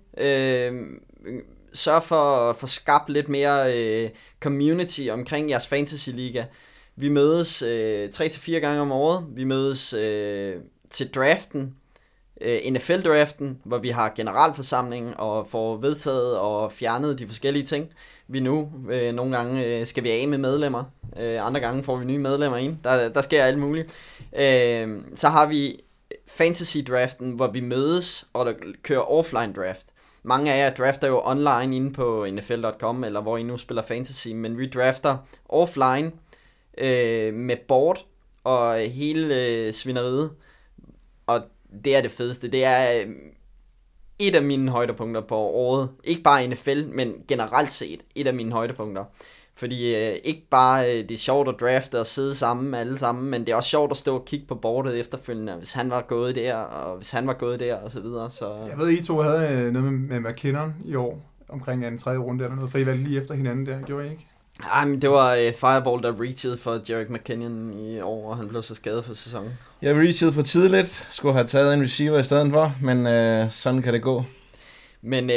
Sørg for at få skabt lidt mere community omkring jeres fantasy-liga. Vi mødes 3-4 gange om året. Vi mødes til draften, NFL-draften, hvor vi har generalforsamling og får vedtaget og fjernet de forskellige ting. Vi nu nogle gange skal vi af med medlemmer, andre gange får vi nye medlemmer ind. Der sker alt muligt. Så har vi fantasy-draften, hvor vi mødes og der kører offline draft. Mange af jer drafter jo online inde på nfl.com, eller hvor I nu spiller fantasy, men vi drafter offline med board og hele svineriet, og det er det fedeste. Det er et af mine højdepunkter på året. Ikke bare NFL, men generelt set et af mine højdepunkter. Fordi ikke bare det er sjovt at drafte og sidde sammen alle sammen, men det er også sjovt at stå og kigge på bordet efterfølgende, hvis han var gået der, og hvis han var gået der, og så videre. Så... Jeg ved, I to havde noget med McKinnon i år, omkring den tredje runde eller noget, for I valgte lige efter hinanden der, gjorde I ikke? Ej, men det var Fireball, der reachede for Jerick McKinnon i år, og han blev så skadet for sæsonen. Jeg reachede for tidligt, skulle have taget en receiver i stedet for, men sådan kan det gå. Men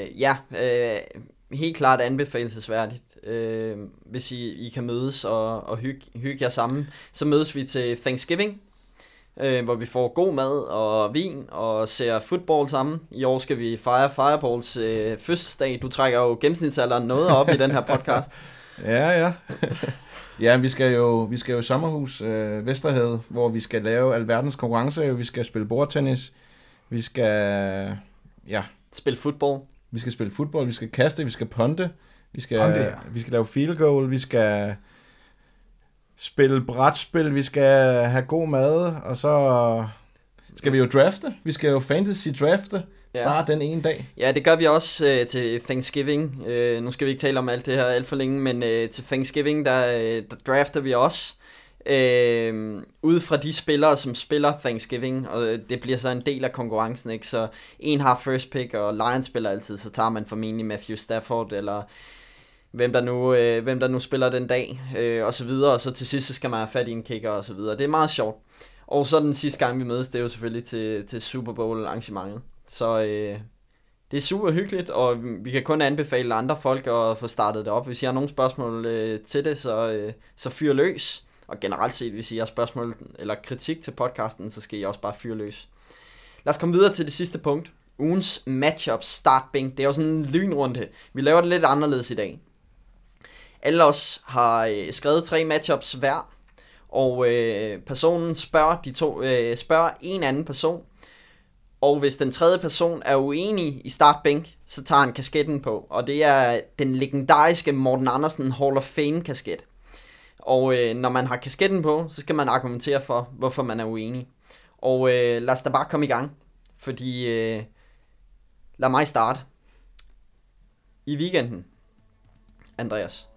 helt klart anbefalelsesværdigt. Hvis I kan mødes og hygge jer sammen, så mødes vi til Thanksgiving, hvor vi får god mad og vin og ser fodbold sammen. I år skal vi fejre Fireballs fødselsdag. Du trækker jo gennemsnitsalderen noget op i den her podcast. Ja. Ja, vi skal jo i sommerhus Vesterhavet, hvor vi skal lave alverdens konkurrencer. Vi skal spille bordtennis. Vi skal spille fodbold. Vi skal spille fodbold, vi skal kaste, vi skal punte. Vi skal lave field goal, vi skal spille brætspil, vi skal have god mad, og så skal vi jo drafte. Vi skal jo fantasy drafte, bare den ene dag. Ja, det gør vi også til Thanksgiving. Nu skal vi ikke tale om alt det her alt for længe, men til Thanksgiving, der drafter vi også. Ud fra de spillere, som spiller Thanksgiving, og det bliver så en del af konkurrencen, ikke? Så en har first pick, og Lions spiller altid, så tager man formentlig Matthew Stafford, eller hvem der nu spiller den dag, og så videre, og så til sidst, så skal man have fat i en kicker, og så videre. Det er meget sjovt. Og så den sidste gang, vi mødes, det er jo selvfølgelig til Super Bowl arrangementet. Så det er super hyggeligt, og vi kan kun anbefale andre folk at få startet det op. Hvis I har nogle spørgsmål til det, så fyr løs. Og generelt set, hvis I har spørgsmål eller kritik til podcasten, så skal I også bare fyre løs. Lad os komme videre til det sidste punkt. Ugens matchup startbænk. Det er jo sådan en lynrunde. Vi laver det lidt anderledes i dag. Alle os har skrevet 3 matchups hver. Og personen spørger en anden person. Og hvis den tredje person er uenig i startbænk, så tager han kasketten på. Og det er den legendariske Morten Andersen Hall of Fame kasket. Og når man har kasketten på, så skal man argumentere for, hvorfor man er uenig. Og lad os da bare komme i gang. Fordi lad mig starte. I weekenden, Andreas,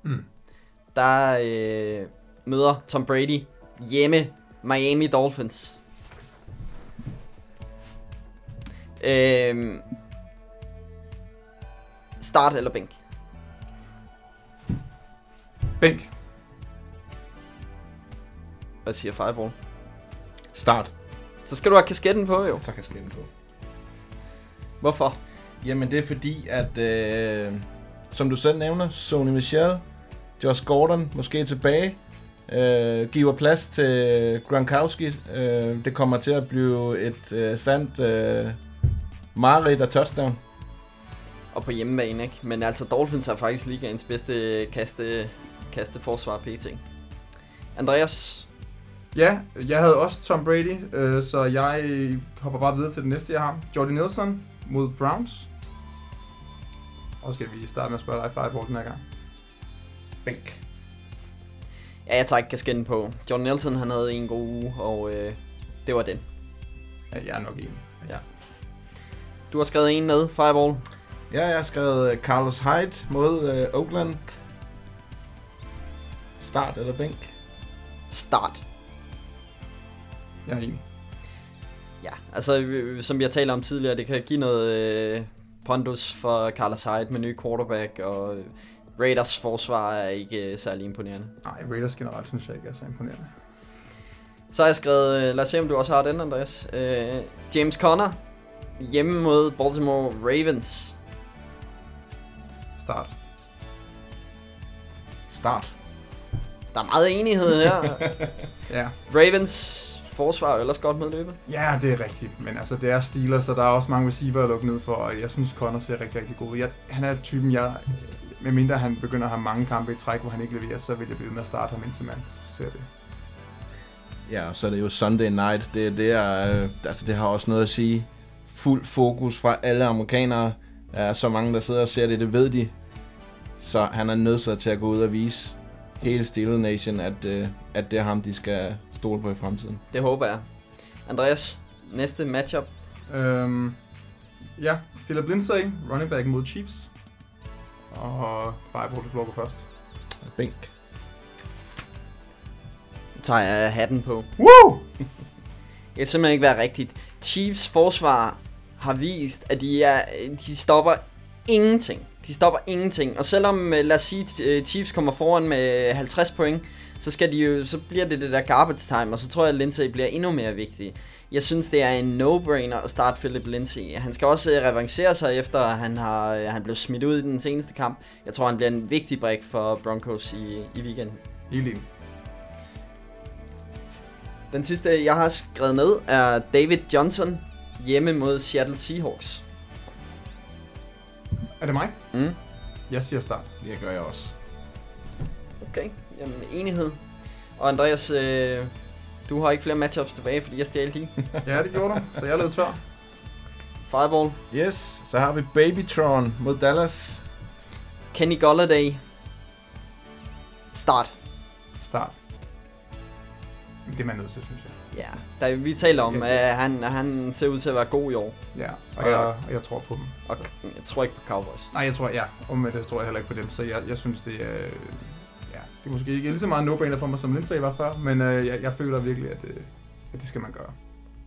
der møder Tom Brady hjemme Miami Dolphins. Start eller bænk? Bænk. Hvad siger Fireball? Start. Så skal du have kasketten på, jo. Jeg tager kasketten på. Hvorfor? Jamen det er fordi, at som du selv nævner, Sony Michel, Josh Gordon måske tilbage, giver plads til Gronkowski. Det kommer til at blive et sandt mareridt af touchdown. Og på hjemmebane, ikke? Men altså Dolphins er faktisk ligaens bedste kasteforsvar pt. Andreas? Ja, jeg havde også Tom Brady, så jeg hopper bare videre til det næste, jeg har. Jordy Nelson mod Browns. Og skal vi starte med at spørge dig, Fireball, den her gang? Bænk. Ja, jeg tager ikke kasketten på. Jordy Nelson, han havde en god uge, og det var den. Ja, jeg er nok enig. Ja. Du har skrevet en ned, Fireball. Ja, jeg har skrevet Carlos Hyde mod Oakland. Start eller bænk? Start. Jeg er enig. Ja, altså som vi har talt om tidligere, det kan give noget pondus for Carlos Hyde med ny quarterback, og Raiders forsvar er ikke særlig imponerende. Nej, Raiders generelt synes jeg ikke er så imponerende. Så har jeg skrevet, lad os se om du også har den, Andreas. James Conner hjemme mod Baltimore Ravens. Start. Start. Der er meget enighed her. Ja. Ravens forsvar er ellers godt med løbet. Ja, det er rigtigt, men altså det er Steelers, så der er også mange receiver at lukke ned for, og jeg synes Conner ser rigtig, rigtig god ud. Han er typen, medmindre han begynder at have mange kampe i træk, hvor han ikke leverer, så vil jeg blive med at starte ham indtil man ser det. Ja, så er det jo Sunday night. Det har også noget at sige. Fuld fokus fra alle amerikanere. Der er så mange, der sidder og ser det ved de. Så han er nødt til at gå ud og vise hele Steelers Nation, at det er ham, de skal stole på i fremtiden. Det håber jeg. Andreas, næste matchup. Ja, Philip Lindsay, running back mod Chiefs. Og Fireball, du får gå først. Bænk. Nu tager jeg hatten på. Woo! Det kan simpelthen ikke være rigtigt. Chiefs forsvar har vist, at de stopper ingenting. De stopper ingenting. Og selvom, lad os sige, Chiefs kommer foran med 50 point, så bliver det der garbage time, og så tror jeg, at Lindsay bliver endnu mere vigtig. Jeg synes, det er en no-brainer at starte Philip Lindsay. Han skal også revancere sig efter, at han blev smidt ud i den seneste kamp. Jeg tror, han bliver en vigtig brik for Broncos i weekenden. Helt enig. Den sidste, jeg har skrevet ned, er David Johnson hjemme mod Seattle Seahawks. Er det mig? Mm. Jeg siger start. Det gør jeg også. Okay, jamen enighed. Og Andreas, du har ikke flere matchups tilbage, fordi jeg stjal de. Ja, det gjorde du, så jeg er lidt tør. Fireball. Yes, så har vi Babytron mod Dallas. Kenny Golladay. Start. Start. Det er man nødt til, synes jeg. Ja, vi taler om, at han ser ud til at være god i år. Ja, og jeg tror på dem. Og jeg tror ikke på Cowboys. Nej, jeg tror, det tror jeg heller ikke på dem, så jeg synes, det er... det er måske ikke lige så meget no-brainer for mig, som Lindsay var før, men jeg føler virkelig, at det skal man gøre.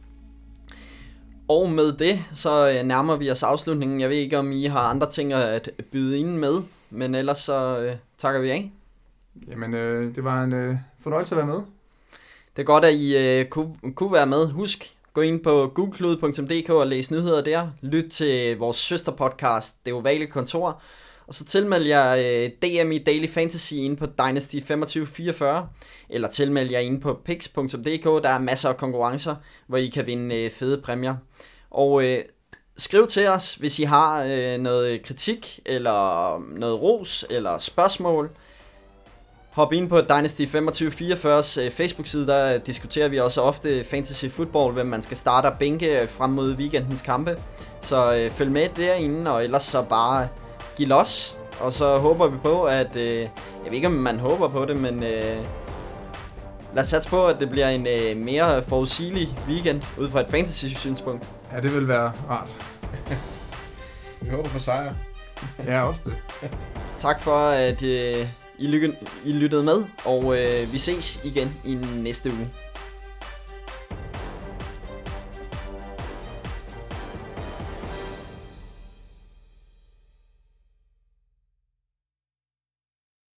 Og med det, så nærmer vi os afslutningen. Jeg ved ikke, om I har andre ting at byde ind med, men ellers så takker vi af. Jamen, det var en fornøjelse at være med. Det er godt, at I kunne være med. Husk, gå ind på googleklud.dk og læs nyheder der. Lyt til vores søsterpodcast, Det Ovale Kontor. Og så tilmeld jer DM i Daily Fantasy inde på Dynasty 2544. Eller tilmeld jer inde på pix.dk. Der er masser af konkurrencer, hvor I kan vinde fede præmier. Og skriv til os, hvis I har noget kritik, eller noget ros, eller spørgsmål. Hop ind på Dynasty 2544's Facebook-side, der diskuterer vi også ofte fantasy football, hvem man skal starte og bænke frem mod weekendens kampe. Så følg med derinde, og ellers så bare giv los. Og så håber vi på, at... jeg ved ikke, om man håber på det, men... lad os satse på, at det bliver en mere forudsigelig weekend, ud fra et fantasy-synspunkt. Ja, det vil være rart. Vi håber på sejr. Ja, også det. Tak for, at I lyttede med, og vi ses igen i næste uge.